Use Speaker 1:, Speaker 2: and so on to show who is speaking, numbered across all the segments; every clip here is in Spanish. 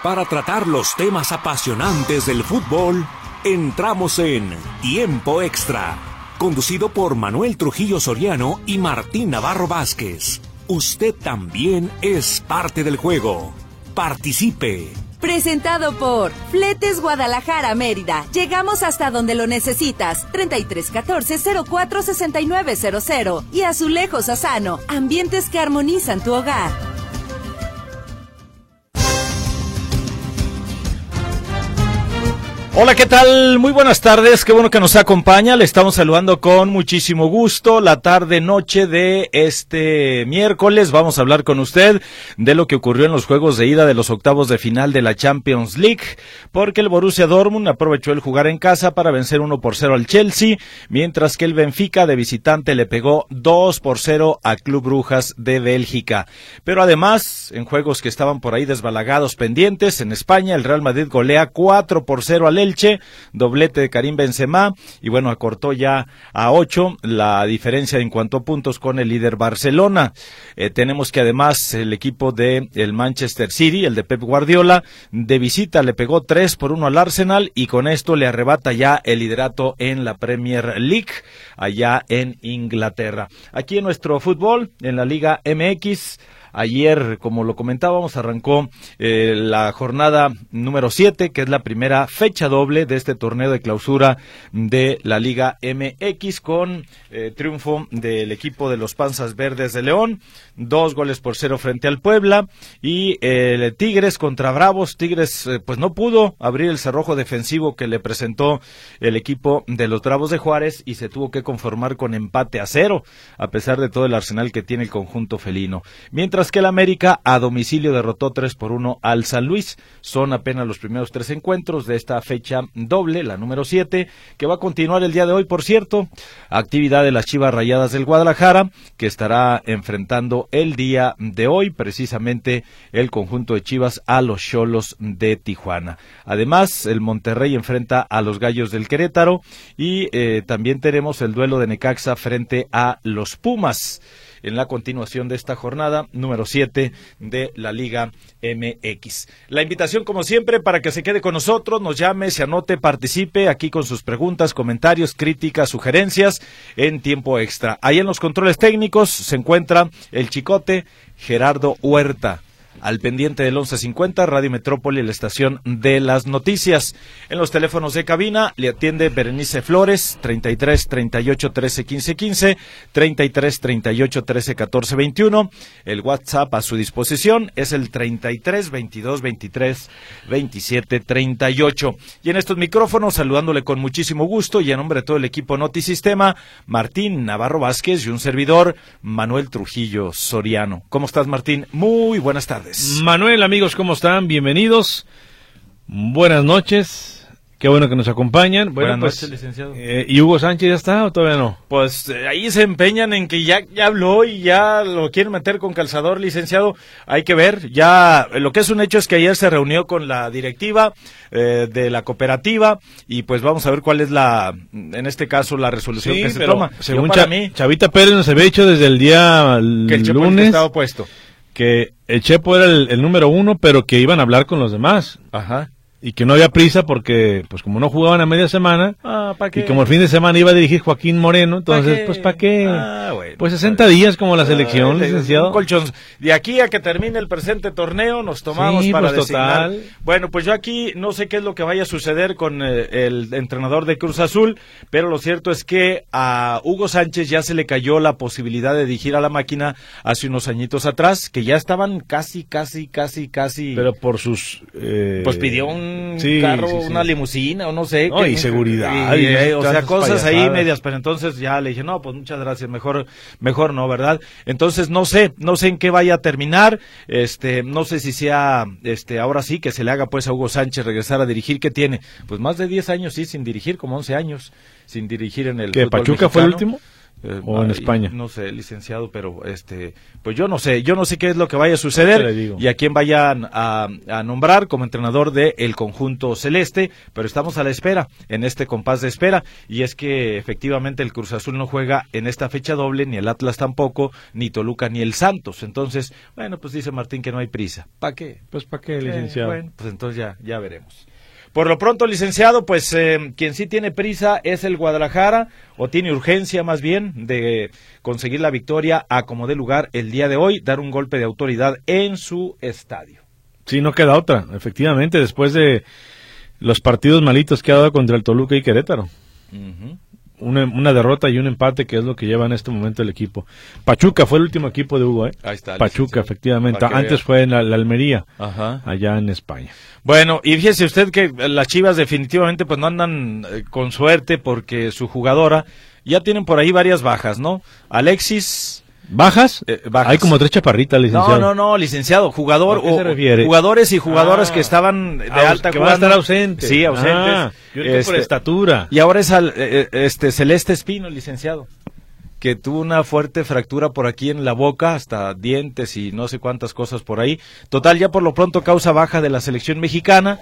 Speaker 1: Para tratar los temas apasionantes del fútbol, entramos en Tiempo Extra, conducido por Manuel Trujillo Soriano y Martín Navarro Vázquez. Usted también es parte del juego. Participe.
Speaker 2: Presentado por Fletes Guadalajara Mérida. Llegamos hasta donde lo necesitas. 3314-046900. Y Azulejos Asano. Ambientes que armonizan tu hogar.
Speaker 3: Hola, ¿qué tal? Muy buenas tardes, qué bueno que nos acompaña, le estamos saludando con muchísimo gusto la tarde-noche de este miércoles. Vamos a hablar con usted de lo que ocurrió en los juegos de ida de los octavos de final de la Champions League, porque el Borussia Dortmund aprovechó el jugar en casa para vencer 1-0 al Chelsea, mientras que el Benfica de visitante le pegó 2-0 a Club Brujas de Bélgica. Pero además, en juegos que estaban por ahí desbalagados pendientes, en España el Real Madrid golea 4-0 al Elche, doblete de Karim Benzema, y bueno, acortó ya a 8 la diferencia en cuanto a puntos con el líder Barcelona. Tenemos que además el equipo de el Manchester City, el de Pep Guardiola, de visita le pegó 3-1 al Arsenal, y con esto le arrebata ya el liderato en la Premier League, allá en Inglaterra. Aquí en nuestro fútbol, en la Liga MX, ayer, como lo comentábamos, arrancó la jornada número 7, que es la primera fecha doble de este torneo de clausura de la Liga MX, con triunfo del equipo de los Panzas Verdes de León, 2-0 frente al Puebla, y el Tigres contra Bravos. Tigres pues no pudo abrir el cerrojo defensivo que le presentó el equipo de los Bravos de Juárez, y se tuvo que conformar con empate a 0, a pesar de todo el arsenal que tiene el conjunto felino. Mientras que el América a domicilio derrotó 3-1 al San Luis. Son apenas los primeros 3 encuentros de esta fecha doble, la número 7, que va a continuar el día de hoy, por cierto. Actividad de las Chivas Rayadas del Guadalajara, que estará enfrentando el día de hoy, precisamente el conjunto de Chivas, a los Xolos de Tijuana. Además, el Monterrey enfrenta a los Gallos del Querétaro, y también tenemos el duelo de Necaxa frente a los Pumas, en la continuación de esta jornada número 7 de la Liga MX. La invitación, como siempre, para que se quede con nosotros, nos llame, se anote, participe aquí con sus preguntas, comentarios, críticas, sugerencias en Tiempo Extra. Ahí en los controles técnicos se encuentra el Chicote Gerardo Huerta. Al pendiente del 1150, Radio Metrópoli, la estación de las noticias. En los teléfonos de cabina le atiende Berenice Flores, 33 38 13 15 15, 33 38 13 14 21. El WhatsApp a su disposición es el 33 22 23 27 38. Y en estos micrófonos, saludándole con muchísimo gusto y en nombre de todo el equipo Notisistema, Martín Navarro Vázquez, y un servidor, Manuel Trujillo Soriano. ¿Cómo estás, Martín? Muy buenas tardes.
Speaker 4: Manuel, amigos, ¿cómo están? Bienvenidos. Buenas noches. Qué bueno que nos acompañan.
Speaker 3: Buenas
Speaker 4: noches,
Speaker 3: noches, licenciado.
Speaker 4: ¿Y Hugo Sánchez ya está o todavía no?
Speaker 3: Pues ahí se empeñan en que ya habló y ya lo quieren meter con calzador, licenciado. Hay que ver. Ya lo que es un hecho es que ayer se reunió con la directiva de la cooperativa, y pues vamos a ver cuál es en este caso, la resolución que se toma.
Speaker 4: Según Chavita Pérez nos había dicho desde el día
Speaker 3: que el
Speaker 4: lunes
Speaker 3: estaba opuesto,
Speaker 4: que el Chepo era el número 1, pero que iban a hablar con los demás.
Speaker 3: Ajá.
Speaker 4: Y que no había prisa porque, pues como no jugaban a media semana,
Speaker 3: ¿para qué?
Speaker 4: Y como el fin de semana iba a dirigir Joaquín Moreno, entonces, pues ¿para qué?
Speaker 3: Bueno,
Speaker 4: pues 60 días como la selección, licenciado.
Speaker 3: Un colchón. De aquí a que termine el presente torneo nos tomamos para
Speaker 4: pues,
Speaker 3: designar.
Speaker 4: Total.
Speaker 3: Bueno, pues yo aquí no sé qué es lo que vaya a suceder con el entrenador de Cruz Azul, pero lo cierto es que a Hugo Sánchez ya se le cayó la posibilidad de dirigir a la máquina hace unos añitos atrás, que ya estaban casi.
Speaker 4: Pero por sus...
Speaker 3: pues pidió un carro, una limusina o no sé.
Speaker 4: No, y seguridad.
Speaker 3: O sea, cosas
Speaker 4: payasadas
Speaker 3: ahí medias, pero entonces ya le dije, no, pues muchas gracias, mejor no, ¿verdad? Entonces no sé en qué vaya a terminar, no sé si sea, ahora sí que se le haga pues a Hugo Sánchez regresar a dirigir, que tiene, pues más de 10 años, sí, sin dirigir, como 11 años sin dirigir en el
Speaker 4: ¿Que
Speaker 3: fútbol
Speaker 4: Pachuca
Speaker 3: mexicano.
Speaker 4: fue el último? o en España.
Speaker 3: No sé, licenciado, pero pues yo no sé qué es lo que vaya a suceder y a quién vayan a nombrar como entrenador del conjunto celeste, pero estamos a la espera, en este compás de espera, y es que efectivamente el Cruz Azul no juega en esta fecha doble, ni el Atlas tampoco, ni Toluca ni el Santos. Entonces, bueno, pues dice Martín que no hay prisa. ¿Para qué?
Speaker 4: Pues ¿para qué, licenciado?
Speaker 3: Bueno, pues entonces ya veremos. Por lo pronto, licenciado, pues quien sí tiene prisa es el Guadalajara, o tiene urgencia más bien de conseguir la victoria a como dé lugar el día de hoy, dar un golpe de autoridad en su estadio.
Speaker 4: Sí, no queda otra, efectivamente, después de los partidos malitos que ha dado contra el Toluca y Querétaro. Uh-huh. Una derrota y un empate, que es lo que lleva en este momento el equipo. Pachuca fue el último equipo de Hugo,
Speaker 3: Ahí está,
Speaker 4: Pachuca, efectivamente. Antes fue en la Almería, allá en España.
Speaker 3: Bueno, y fíjese usted que las Chivas definitivamente pues no andan con suerte, porque su jugadora, ya tienen por ahí varias bajas, ¿no? Alexis...
Speaker 4: ¿Bajas? Hay como 3 chaparritas, licenciado.
Speaker 3: No, licenciado, jugadores y jugadoras que estaban de alta,
Speaker 4: que van a estar ausentes.
Speaker 3: Sí, ausentes.
Speaker 4: Yo por estatura.
Speaker 3: Y ahora es Celeste Espino, licenciado, que tuvo una fuerte fractura por aquí en la boca, hasta dientes y no sé cuántas cosas por ahí. Total, ya por lo pronto causa baja de la selección mexicana.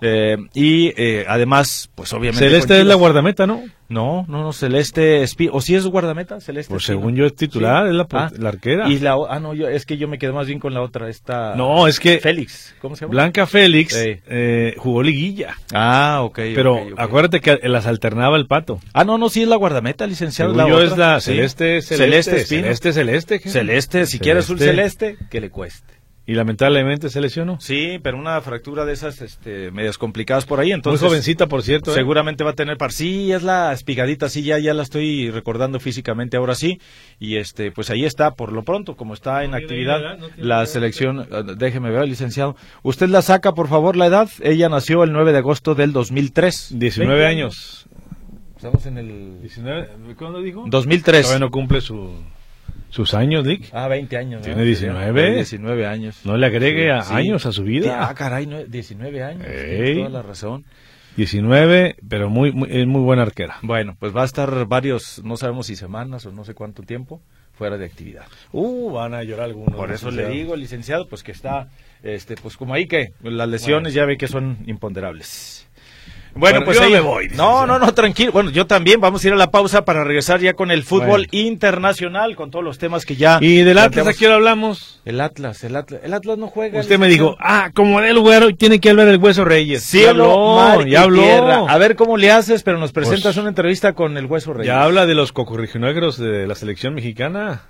Speaker 3: Además, pues obviamente...
Speaker 4: Celeste es la guardameta, ¿no?
Speaker 3: No, Celeste Espino. ¿O si es guardameta? Celeste
Speaker 4: Pues
Speaker 3: Espino.
Speaker 4: según yo es titular, sí. Es la arquera.
Speaker 3: Y es que yo me quedé más bien con la otra,
Speaker 4: No, es que...
Speaker 3: Félix, ¿cómo se llama?
Speaker 4: Blanca Félix jugó liguilla.
Speaker 3: Ok.
Speaker 4: Pero acuérdate que las alternaba el Pato.
Speaker 3: No, sí es la guardameta, licenciado.
Speaker 4: Según yo es la
Speaker 3: sí.
Speaker 4: Celeste
Speaker 3: Espino.
Speaker 4: Celeste,
Speaker 3: si quiere azul celeste, que le cueste.
Speaker 4: Y lamentablemente se lesionó.
Speaker 3: Sí, pero una fractura de esas medias complicadas por ahí, entonces...
Speaker 4: Muy jovencita, por cierto.
Speaker 3: Seguramente va a tener sí, es la espigadita, sí, ya la estoy recordando físicamente ahora sí, y pues ahí está, por lo pronto, como está en actividad la selección, déjeme ver, licenciado. ¿Usted la saca, por favor, la edad? Ella nació el 9 de agosto del 2003.
Speaker 4: 19 años.
Speaker 3: Estamos en el...
Speaker 4: 19, ¿cuándo dijo?
Speaker 3: 2003.
Speaker 4: Todavía no cumple sus años, Dick.
Speaker 3: 20 años.
Speaker 4: Tiene 19.
Speaker 3: 19 años.
Speaker 4: No le agregue años a su vida.
Speaker 3: Caray, 19 años. Tienes toda la razón.
Speaker 4: 19, pero muy buena arquera.
Speaker 3: Bueno, pues va a estar varios, no sabemos si semanas o no sé cuánto tiempo, fuera de actividad.
Speaker 4: Van a llorar algunos.
Speaker 3: Por eso le digo, licenciado, pues que está, pues como ahí que las lesiones ya ve que son imponderables. Bueno, pues
Speaker 4: yo me voy.
Speaker 3: No, tranquilo. Bueno, yo también. Vamos a ir a la pausa para regresar ya con el fútbol internacional, con todos los temas que ya...
Speaker 4: ¿Y del Atlas a qué hora hablamos?
Speaker 3: El Atlas no juega.
Speaker 4: Usted me dijo, como del güero, tiene que hablar el Hueso Reyes.
Speaker 3: Cielo, mar y tierra. A ver cómo le haces, pero nos presentas una entrevista con el Hueso Reyes.
Speaker 4: Ya habla de los cocorrojinegros de la selección mexicana.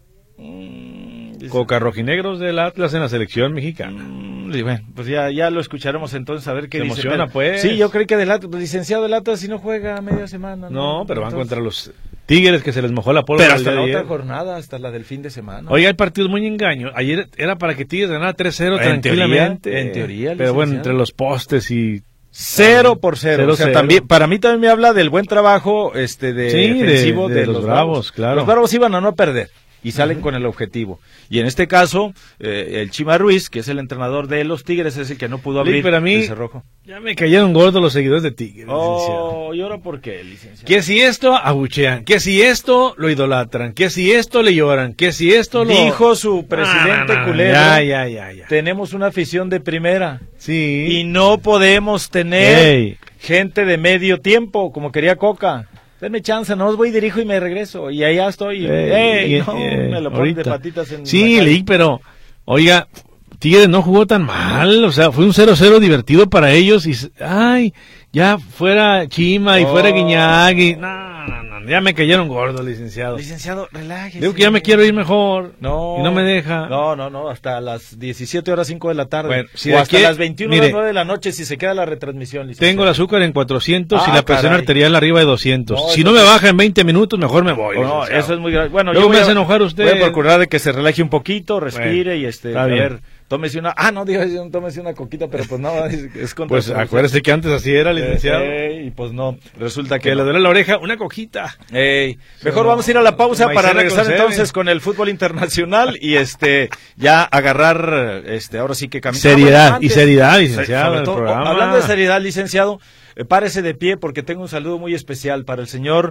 Speaker 4: Cocarrojinegros del Atlas en la selección mexicana.
Speaker 3: Bueno, pues ya lo escucharemos entonces a ver qué dice.
Speaker 4: Se emociona, pues.
Speaker 3: Sí, yo creo que del Atlas, licenciado del Atlas, si no juega media semana.
Speaker 4: No, pero van contra los Tigres, que se les mojó la pólvora.
Speaker 3: Pero hasta la otra jornada, hasta la del fin de semana.
Speaker 4: Hoy hay partidos muy engaños. Ayer era para que Tigres ganara 3-0 tranquilamente.
Speaker 3: En teoría,
Speaker 4: pero bueno, entre los postes y
Speaker 3: 0-0. O sea, también, para mí también me habla del buen trabajo defensivo de los Bravos.
Speaker 4: Claro.
Speaker 3: Los Bravos iban a no perder y salen con el objetivo. Y en este caso, el Chima Ruiz, que es el entrenador de los Tigres, es el que no pudo abrir el cerrojo.
Speaker 4: Ya me cayeron gordos los seguidores de Tigres,
Speaker 3: ¿Y ahora por qué, licenciado?
Speaker 4: Que si esto abuchean, que si esto lo idolatran, que si esto le lloran, que si esto lo...
Speaker 3: Dijo su presidente culero.
Speaker 4: Ya.
Speaker 3: Tenemos una afición de primera.
Speaker 4: Sí.
Speaker 3: Y no podemos tener gente de medio tiempo, como quería Coca. Denme chance, no os voy, dirijo y me regreso. Y allá estoy. Me lo ponen de patitas en
Speaker 4: sí, leí, pero, oiga, Tigres no jugó tan mal. O sea, fue un 0-0 divertido para ellos. Y, ya fuera Chima y fuera Guiñac. No, ya me cayeron gordos, licenciado.
Speaker 3: Licenciado, relájese.
Speaker 4: Digo que ya me quiero ir mejor. Y no me deja.
Speaker 3: No, hasta las 17:05 de la tarde.
Speaker 4: Bueno,
Speaker 3: o hasta las 21:09 de la noche si se queda la retransmisión, licenciado.
Speaker 4: Tengo el azúcar en 400 y la presión arterial arriba de 200. Si no me baja en 20 minutos, mejor me voy.
Speaker 3: Eso es muy grave. Bueno,
Speaker 4: luego me hace enojar usted.
Speaker 3: Voy a procurar de que se relaje un poquito, respire y a ver tómese una, tómese una coquita, pero pues no, es contra.
Speaker 4: Pues acuérdese que antes así era, licenciado.
Speaker 3: Y pues no, resulta
Speaker 4: que
Speaker 3: no.
Speaker 4: le duele la oreja, una coquita.
Speaker 3: Mejor vamos a ir a la pausa para regresar entonces con el fútbol internacional y ya agarrar, ahora sí que caminar.
Speaker 4: Seriedad, licenciado,
Speaker 3: todo,
Speaker 4: programa.
Speaker 3: Hablando de seriedad, licenciado, párese de pie porque tengo un saludo muy especial para el señor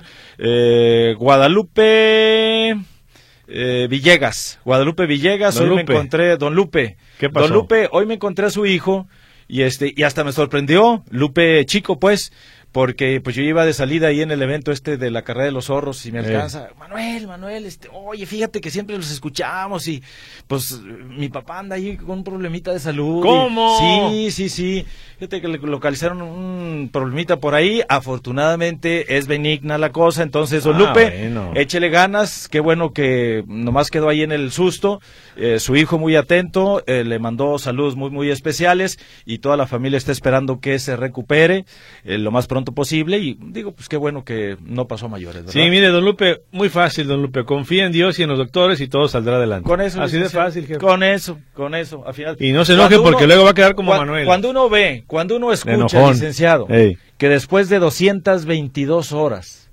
Speaker 3: Guadalupe Villegas. Hoy me encontré, don Lupe.
Speaker 4: ¿Qué pasó?
Speaker 3: Don Lupe, hoy me encontré a su hijo y hasta me sorprendió, Lupe chico pues, porque pues yo iba de salida ahí en el evento de la carrera de los zorros y me alcanza, Manuel, oye, fíjate que siempre los escuchamos y pues mi papá anda ahí con un problemita de salud.
Speaker 4: ¿Cómo?
Speaker 3: Sí, fíjate que le localizaron un problemita por ahí, afortunadamente es benigna la cosa, entonces don Lupe,
Speaker 4: bueno.
Speaker 3: Échele ganas, qué bueno que nomás quedó ahí en el susto, su hijo muy atento, le mandó saludos muy muy especiales y toda la familia está esperando que se recupere lo más pronto posible y digo, pues qué bueno que no pasó a mayores, ¿verdad?
Speaker 4: Sí, mire, don Lupe, muy fácil, don Lupe, confía en Dios y en los doctores y todo saldrá adelante.
Speaker 3: Con eso,
Speaker 4: así de fácil, jefe.
Speaker 3: Con eso, al final.
Speaker 4: Y no se enoje porque luego va a quedar como Manuel.
Speaker 3: Cuando uno escucha, licenciado, que después de 222 horas,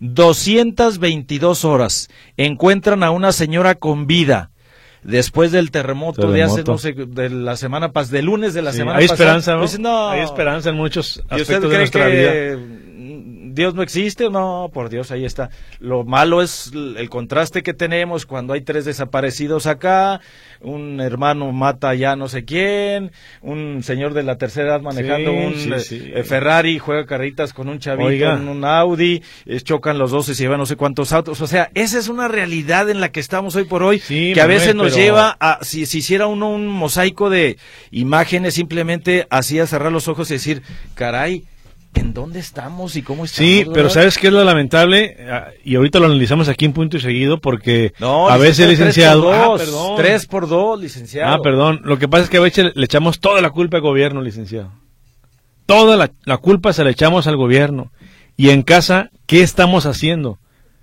Speaker 3: encuentran a una señora con vida, después del terremoto de hace, no sé, de la semana pasada, de lunes de la semana
Speaker 4: hay
Speaker 3: pasada.
Speaker 4: Esperanza, ¿no?
Speaker 3: Pues, no.
Speaker 4: Hay esperanza en muchos
Speaker 3: aspectos
Speaker 4: aspectos de nuestra vida.
Speaker 3: Dios no existe, no, por Dios, ahí está. Lo malo es el contraste que tenemos cuando hay 3 desaparecidos acá, un hermano mata ya no sé quién, un señor de la tercera edad manejando Ferrari, juega carritas con un chavito en un Audi, chocan los dos y se llevan no sé cuántos autos. O sea, esa es una realidad en la que estamos hoy por hoy, que a veces nos lleva a, si hiciera uno un mosaico de imágenes, simplemente así a cerrar los ojos y decir, caray, ¿en dónde estamos y cómo estamos?
Speaker 4: Sí, pero ¿sabes qué es lo lamentable? Y ahorita lo analizamos aquí en punto y seguido porque a veces, licenciado...
Speaker 3: 3x2, licenciado.
Speaker 4: Perdón. Lo que pasa es que a veces le echamos toda la culpa al gobierno, licenciado. Toda la culpa se la echamos al gobierno. Y en casa, ¿qué estamos haciendo?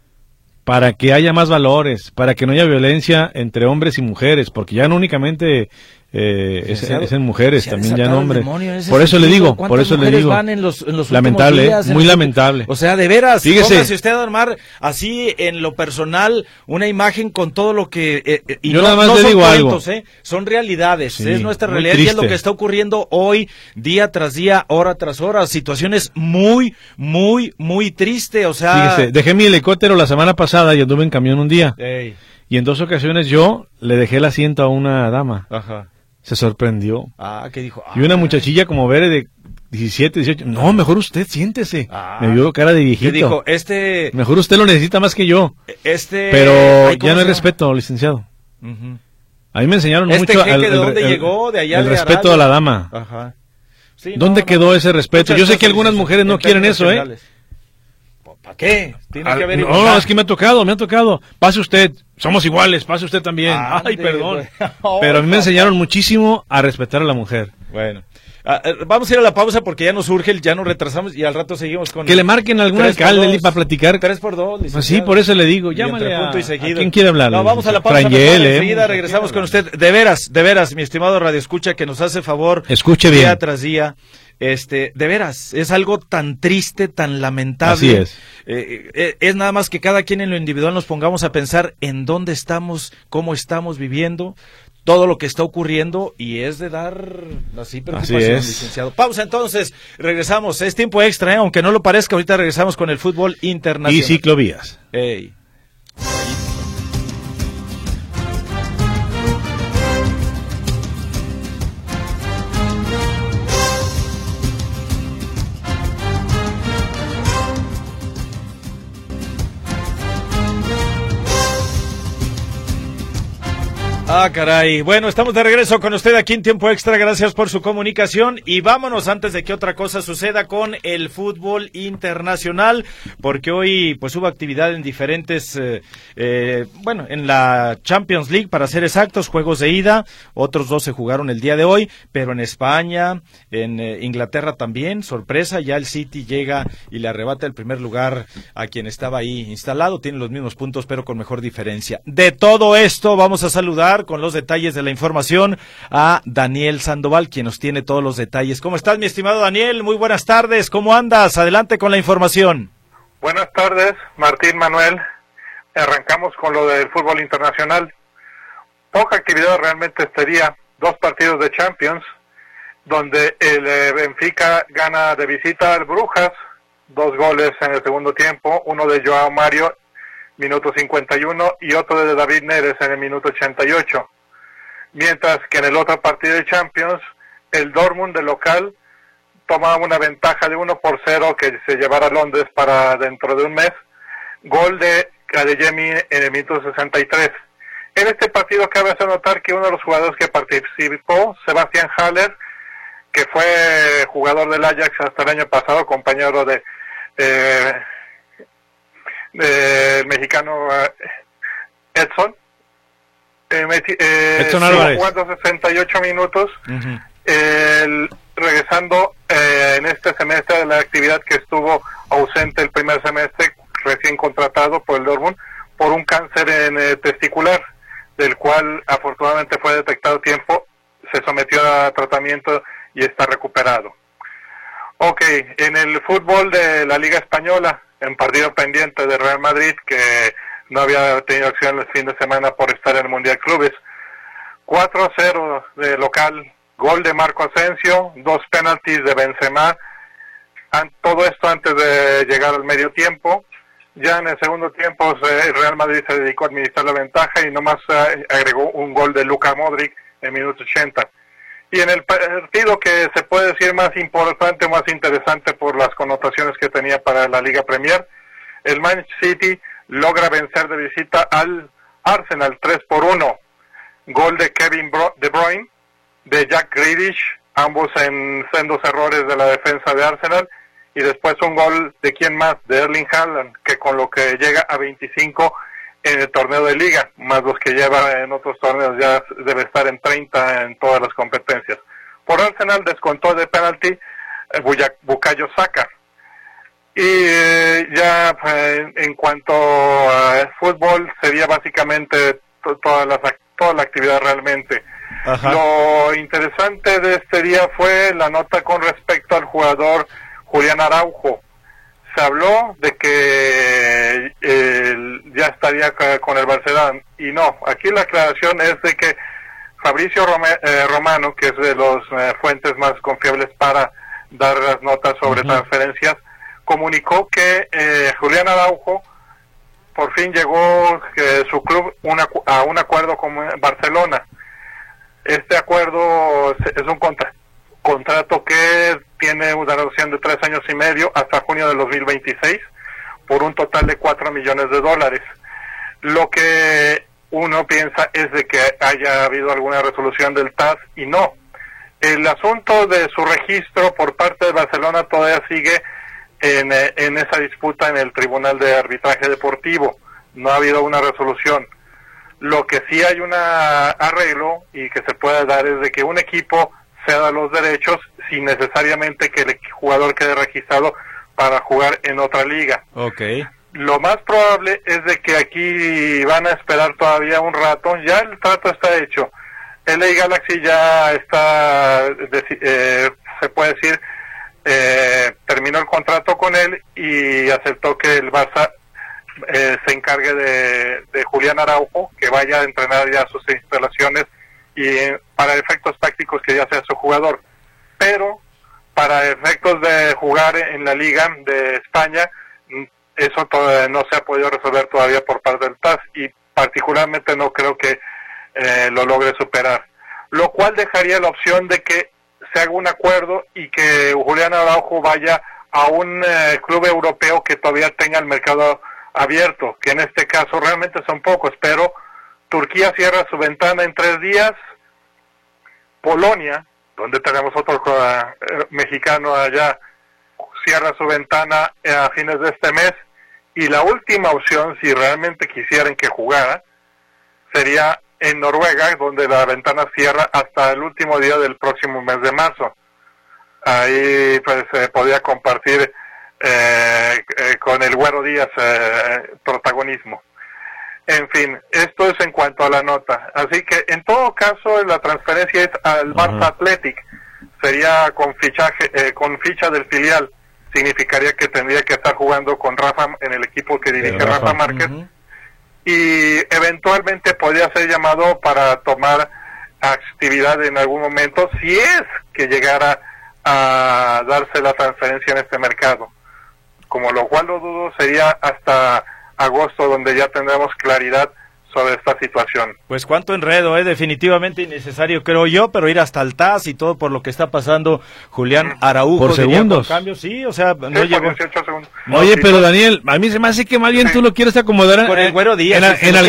Speaker 4: Para que haya más valores, para que no haya violencia entre hombres y mujeres, porque ya no únicamente... es en mujeres, también ya en hombres. Por eso le digo,
Speaker 3: van en los
Speaker 4: lamentable,
Speaker 3: días,
Speaker 4: muy lamentable.
Speaker 3: O sea, de veras,
Speaker 4: fíjese,
Speaker 3: póngase usted a armar así en lo personal una imagen con todo lo que y
Speaker 4: yo nada más le digo
Speaker 3: cuentos,
Speaker 4: algo.
Speaker 3: Son realidades,
Speaker 4: sí,
Speaker 3: es nuestra realidad
Speaker 4: triste.
Speaker 3: Y es lo que está ocurriendo hoy, día tras día, hora tras hora, situaciones muy, muy, muy tristes, o sea.
Speaker 4: Fíjese, dejé mi helicóptero la semana pasada y anduve en camión un día.
Speaker 3: Ey.
Speaker 4: Y en 2 ocasiones yo le dejé el asiento a una dama.
Speaker 3: Ajá.
Speaker 4: Se sorprendió.
Speaker 3: ¿Qué dijo?
Speaker 4: Y una muchachilla como Bere de 17, 18. No, mejor usted, siéntese. Me vio cara de viejito.
Speaker 3: ¿Qué dijo?
Speaker 4: Mejor usted lo necesita más que yo. Pero ya no hay respeto, licenciado. A mí me enseñaron mucho.
Speaker 3: ¿De dónde llegó? De allá
Speaker 4: el
Speaker 3: de
Speaker 4: respeto
Speaker 3: Arabia.
Speaker 4: a la dama.
Speaker 3: Ajá. Sí,
Speaker 4: ¿Dónde quedó ese respeto? Yo sé que algunas mujeres no quieren eso,
Speaker 3: ¿Para qué? Tiene que haber
Speaker 4: no, es que me ha tocado. Pase usted, somos iguales, pase usted también. Perdón. Pero a mí me enseñaron muchísimo a respetar a la mujer.
Speaker 3: Bueno. Vamos a ir a la pausa porque ya nos urge, ya nos retrasamos y al rato seguimos con...
Speaker 4: Que le marquen a algún alcalde para platicar.
Speaker 3: 3x2.
Speaker 4: Pues sí, por eso le digo, llámale
Speaker 3: punto y seguido.
Speaker 4: ¿A quién quiere hablar?
Speaker 3: No, vamos a la pausa. Enseguida regresamos con usted. De veras, mi estimado Radio Escucha, que nos hace favor.
Speaker 4: Escuche bien.
Speaker 3: Día tras día. De veras, es algo tan triste, tan lamentable.
Speaker 4: Así es.
Speaker 3: Es nada más que cada quien en lo individual nos pongamos a pensar en dónde estamos, cómo estamos viviendo, todo lo que está ocurriendo, y es de dar así preocupación, licenciado. Pausa entonces, regresamos, es tiempo extra, aunque no lo parezca, ahorita regresamos con el fútbol internacional.
Speaker 4: Y ciclovías.
Speaker 3: Ey. Caray. Bueno, estamos de regreso con usted aquí en Tiempo Extra. Gracias por su comunicación y vámonos antes de que otra cosa suceda con el fútbol internacional, porque hoy pues hubo actividad en diferentes, en la Champions League, para ser exactos, juegos de ida, otros 2 se jugaron el día de hoy, pero en España, en Inglaterra también, sorpresa, ya el City llega y le arrebata el primer lugar a quien estaba ahí instalado, tiene los mismos puntos pero con mejor diferencia. De todo esto vamos a saludar saludar con los detalles de la información a Daniel Sandoval, quien nos tiene todos los detalles. ¿Cómo estás, mi estimado Daniel? Muy buenas tardes, ¿cómo andas? Adelante con la información.
Speaker 5: Buenas tardes, Martín, Manuel. Arrancamos con lo del fútbol internacional. Poca actividad realmente este día. 2 partidos de Champions, donde el Benfica gana de visita al Brujas, 2 goles en el segundo tiempo, uno de Joao Mario, minuto 51, y otro de David Neres en el minuto 88. Mientras que en el otro partido de Champions, el Dortmund de local toma una ventaja de 1-0 que se llevará a Londres para dentro de un mes. Gol de Adeyemi en el minuto 63. En este partido cabe hacer notar que uno de los jugadores que participó, Sebastián Haller, que fue jugador del Ajax hasta el año pasado, compañero de del mexicano Edson.
Speaker 4: Edson Álvarez.
Speaker 5: Jugando 68 minutos, regresando en este semestre de la actividad que estuvo ausente el primer semestre, recién contratado por el Dortmund, por un cáncer en testicular, del cual afortunadamente fue detectado a tiempo, se sometió a tratamiento y está recuperado. Ok, en el fútbol de la Liga Española, en partido pendiente de Real Madrid, que no había tenido acción el fin de semana por estar en el Mundial Clubes, 4-0 de local, gol de Marco Asensio, 2 penaltis de Benzema, todo esto antes de llegar al medio tiempo. Ya en el segundo tiempo el Real Madrid se dedicó a administrar la ventaja y nomás agregó un gol de Luka Modric en minuto 80. Y en el partido que se puede decir más importante, más interesante por las connotaciones que tenía para la Liga Premier, el Manchester City logra vencer de visita al Arsenal 3-1. Gol de Kevin De Bruyne, de Jack Grealish, ambos en sendos errores de la defensa de Arsenal, y después un gol de quién más, de Erling Haaland, que con lo que llega a 25 en el torneo de liga, más los que lleva en otros torneos, ya debe estar en 30 en todas las competencias. Por Arsenal descontó de penalti Bukayo Saka. Y ya en cuanto a fútbol, sería básicamente toda la actividad realmente. Ajá. Lo interesante de este día fue la nota con respecto al jugador Julián Araujo. Se habló de que ya estaría con el Barcelona, y no, aquí la aclaración es de que Fabricio Romano, que es de los fuentes más confiables para dar las notas sobre transferencias, comunicó que Julián Araujo por fin llegó su club a un acuerdo con Barcelona. Este acuerdo es un contrato que tiene una duración de 3 años y medio hasta junio de 2026 por un total de $4 millones. Lo que uno piensa es de que haya habido alguna resolución del TAS, y no. El asunto de su registro por parte de Barcelona todavía sigue en esa disputa en el Tribunal de Arbitraje Deportivo. No ha habido una resolución. Lo que sí hay un arreglo y que se puede dar es de que un equipo ceda los derechos sin necesariamente que el jugador quede registrado para jugar en otra liga.
Speaker 3: Okay.
Speaker 5: Lo más probable es de que aquí van a esperar todavía un rato. Ya el trato está hecho. LA Galaxy ya está, se puede decir, terminó el contrato con él y aceptó que el Barça se encargue de Julián Araujo, que vaya a entrenar ya sus instalaciones y para efectos tácticos que ya sea su jugador. Pero para efectos de jugar en la Liga de España, eso todavía no se ha podido resolver todavía por parte del TAS, y particularmente no creo que lo logre superar, lo cual dejaría la opción de que se haga un acuerdo y que Julián Araujo vaya a un club europeo que todavía tenga el mercado abierto, que en este caso realmente son pocos, pero Turquía cierra su ventana en 3 días, Polonia, donde tenemos otro mexicano allá, cierra su ventana a fines de este mes, y la última opción, si realmente quisieran que jugara, sería en Noruega, donde la ventana cierra hasta el último día del próximo mes de marzo. Ahí pues podría compartir con el Güero Díaz protagonismo. En fin, esto es en cuanto a la nota. Así que en todo caso la transferencia es al Barça Athletic. Sería con ficha del filial. Significaría que tendría que estar jugando con Rafa en el equipo que dirige Rafa Márquez. Y eventualmente podría ser llamado para tomar actividad en algún momento, si es que llegara a darse la transferencia en este mercado. Como lo cual lo dudo, sería hasta agosto donde ya tendremos claridad sobre esta situación.
Speaker 3: Pues cuánto enredo, definitivamente innecesario, creo yo, pero ir hasta el TAS y todo por lo que está pasando Julián Araujo.
Speaker 4: Por segundos.
Speaker 3: Cambio, sí, o sea,
Speaker 5: Sí,
Speaker 3: no llegó.
Speaker 5: 18 segundos.
Speaker 4: Oye,
Speaker 5: Sí,
Speaker 4: pero Daniel, a mí se me hace que más bien tú lo quieres acomodar
Speaker 3: Con el Güero Díaz.
Speaker 4: en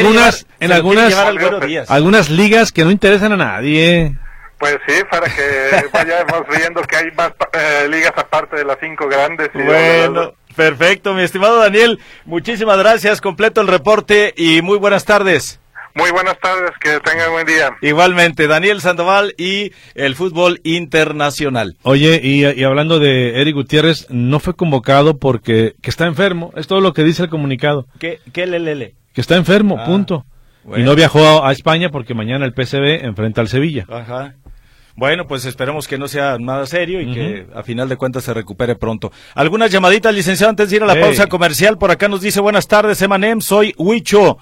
Speaker 4: algunas ligas que no interesan a nadie.
Speaker 5: Pues sí, para que vayamos viendo que hay más ligas aparte de las 5 grandes. Y
Speaker 3: Bueno, perfecto, mi estimado Daniel, muchísimas gracias, completo el reporte y muy buenas tardes.
Speaker 5: Muy buenas tardes, que tengan buen día.
Speaker 3: Igualmente, Daniel Sandoval y el fútbol internacional.
Speaker 4: Oye, y hablando de Eric Gutiérrez, no fue convocado porque que está enfermo, es todo lo que dice el comunicado.
Speaker 3: ¿Qué lelele?
Speaker 4: Que está enfermo, punto.
Speaker 3: Bueno.
Speaker 4: Y no viajó a España porque mañana el PSV enfrenta al Sevilla.
Speaker 3: Ajá. Bueno, pues esperemos que no sea nada serio y que a final de cuentas se recupere pronto. Algunas llamaditas, licenciado, antes de ir a la pausa comercial. Por acá nos dice, buenas tardes, Emanem, soy Huicho.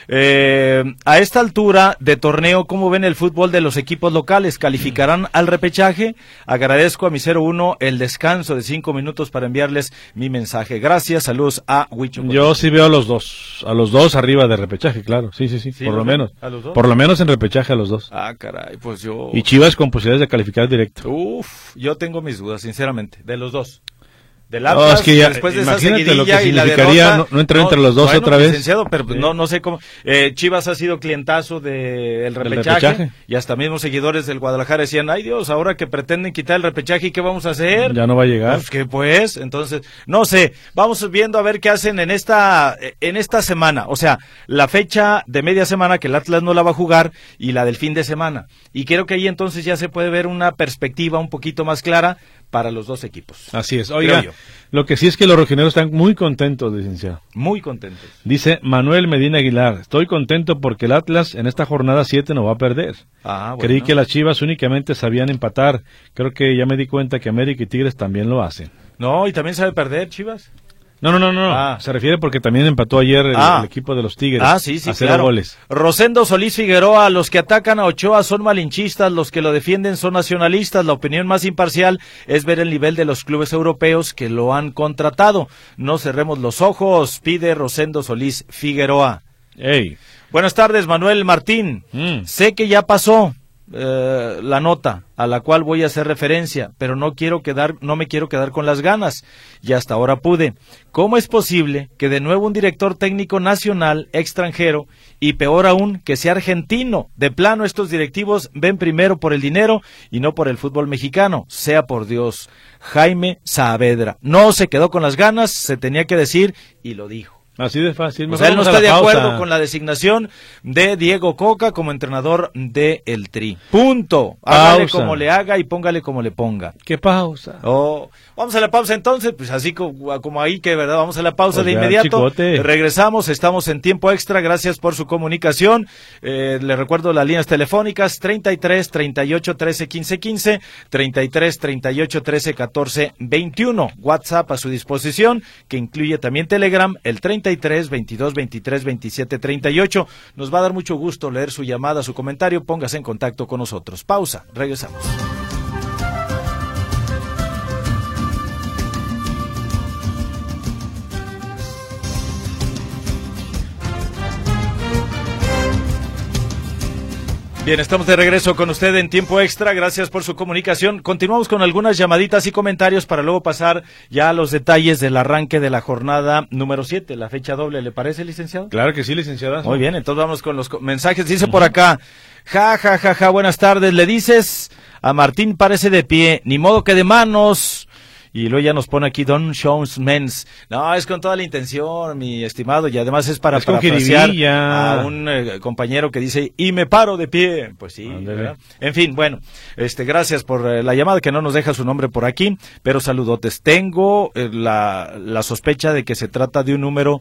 Speaker 3: A esta altura de torneo, ¿cómo ven el fútbol de los equipos locales? ¿Calificarán al repechaje? Agradezco a mi 01 el descanso de 5 minutos para enviarles mi mensaje. Gracias, saludos a Huicho.
Speaker 4: Yo sí veo a los dos arriba de repechaje, claro, sí, por lo menos.
Speaker 3: ¿A los dos?
Speaker 4: Por lo menos en repechaje a los dos.
Speaker 3: Ah, caray, pues yo...
Speaker 4: Y Chivas con posibilidades de calificar directo.
Speaker 3: Yo tengo mis dudas, sinceramente, de los dos. Del Atlas,
Speaker 4: es que ya,
Speaker 3: después de
Speaker 4: imagínate
Speaker 3: esa
Speaker 4: lo que
Speaker 3: seguidilla y la
Speaker 4: significaría
Speaker 3: derrota,
Speaker 4: no entrar entre los dos otra vez.
Speaker 3: Licenciado, pero no sé cómo. Chivas ha sido clientazo del repechaje y hasta mismos seguidores del Guadalajara decían, ay Dios, ahora que pretenden quitar el repechaje, ¿qué vamos a hacer?
Speaker 4: Ya no va a llegar.
Speaker 3: Entonces, no sé, vamos viendo a ver qué hacen en esta semana, o sea, la fecha de media semana que el Atlas no la va a jugar y la del fin de semana. Y creo que ahí entonces ya se puede ver una perspectiva un poquito más clara para los dos equipos.
Speaker 4: Así es. Oiga, lo que sí es que los rojineros están muy contentos, licenciado.
Speaker 3: Muy contentos.
Speaker 4: Dice Manuel Medina Aguilar, estoy contento porque el Atlas en esta jornada 7 no va a perder. Creí que las Chivas únicamente sabían empatar. Creo que ya me di cuenta que América y Tigres también lo hacen.
Speaker 3: No, y también sabe perder, Chivas.
Speaker 4: No. Se refiere porque también empató ayer el equipo de los Tigres.
Speaker 3: Sí,
Speaker 4: a 0 goles.
Speaker 3: Rosendo Solís Figueroa, los que atacan a Ochoa son malinchistas, los que lo defienden son nacionalistas. La opinión más imparcial es ver el nivel de los clubes europeos que lo han contratado. No cerremos los ojos, pide Rosendo Solís Figueroa. Buenas tardes, Manuel Martín. Sé que ya pasó la nota a la cual voy a hacer referencia, pero no me quiero quedar con las ganas, y hasta ahora pude. ¿Cómo es posible que de nuevo un director técnico nacional extranjero, y peor aún que sea argentino? De plano estos directivos ven primero por el dinero y no por el fútbol mexicano, sea por Dios. Jaime Saavedra no se quedó con las ganas, se tenía que decir y lo dijo.
Speaker 4: Así de fácil.
Speaker 3: O sea, él no está de acuerdo con la designación de Diego Coca como entrenador de el Tri. Punto. Hágale como le haga y póngale como le ponga.
Speaker 4: ¿Qué pausa?
Speaker 3: Vamos a la pausa entonces, pues así como ahí que, ¿verdad? Vamos a la pausa
Speaker 4: pues
Speaker 3: de inmediato. Regresamos, estamos en tiempo extra, gracias por su comunicación. Le recuerdo las líneas telefónicas 33 38 13 15 15, 33 38 13 14 21. WhatsApp a su disposición, que incluye también Telegram, el 33 22 23 27 38. Nos va a dar mucho gusto leer su llamada, su comentario. Póngase en contacto con nosotros. Pausa, regresamos. Bien, estamos de regreso con usted en tiempo extra, gracias por su comunicación. Continuamos con algunas llamaditas y comentarios para luego pasar ya a los detalles del arranque de la jornada número 7, la fecha doble, ¿le parece, licenciado?
Speaker 4: Claro que sí, licenciada.
Speaker 3: Muy bien, entonces vamos con los mensajes. Dice por acá, buenas tardes, le dices a Martín parece de pie, ni modo que de manos. Y luego ya nos pone aquí Don Shows Mens. No, es con toda la intención, mi estimado, y además es para parafrasear a un compañero que dice, y me paro de pie. Pues sí, ¿verdad? En fin, bueno, gracias por la llamada, que no nos deja su nombre por aquí, pero saludotes. Tengo la sospecha de que se trata de un número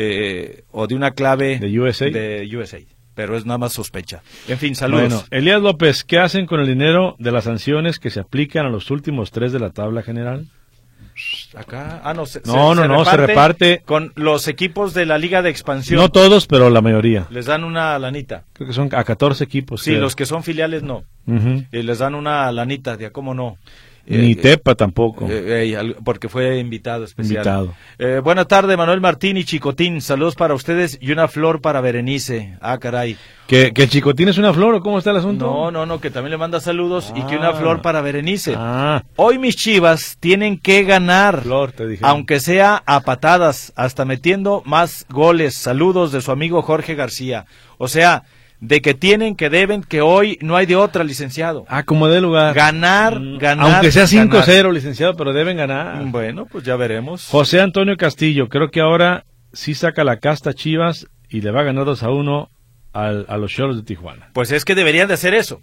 Speaker 3: o de una clave
Speaker 4: de USA.
Speaker 3: Pero es nada más sospecha. En fin, saludos.
Speaker 4: Bueno, Elías López, ¿qué hacen con el dinero de las sanciones que se aplican a los últimos 3 de la tabla general?
Speaker 3: Acá, se
Speaker 4: reparte
Speaker 3: con los equipos de la Liga de Expansión.
Speaker 4: No todos, pero la mayoría.
Speaker 3: Les dan una lanita.
Speaker 4: Creo que son a 14 equipos.
Speaker 3: Sí, los que son filiales no. Y les dan una lanita, de cómo no.
Speaker 4: Ni Tepa tampoco.
Speaker 3: Porque fue invitado especial. Buena tarde, Manuel Martín y Chicotín. Saludos para ustedes y una flor para Berenice. Ah, caray.
Speaker 4: ¿Que Chicotín es una flor o cómo está el asunto?
Speaker 3: No, que también le manda saludos y que una flor para Berenice. Hoy mis Chivas tienen que ganar,
Speaker 4: flor, te dije.
Speaker 3: Aunque sea a patadas, hasta metiendo más goles. Saludos de su amigo Jorge García. O sea, de que tienen, que deben, que hoy no hay de otra, licenciado.
Speaker 4: Como de lugar.
Speaker 3: Ganar.
Speaker 4: Aunque sea 5-0, licenciado, pero deben ganar.
Speaker 3: Bueno, pues ya veremos.
Speaker 4: José Antonio Castillo, creo que ahora sí saca la casta Chivas y le va a ganar 2-1 a los Xolos de Tijuana.
Speaker 3: Pues es que deberían de hacer eso.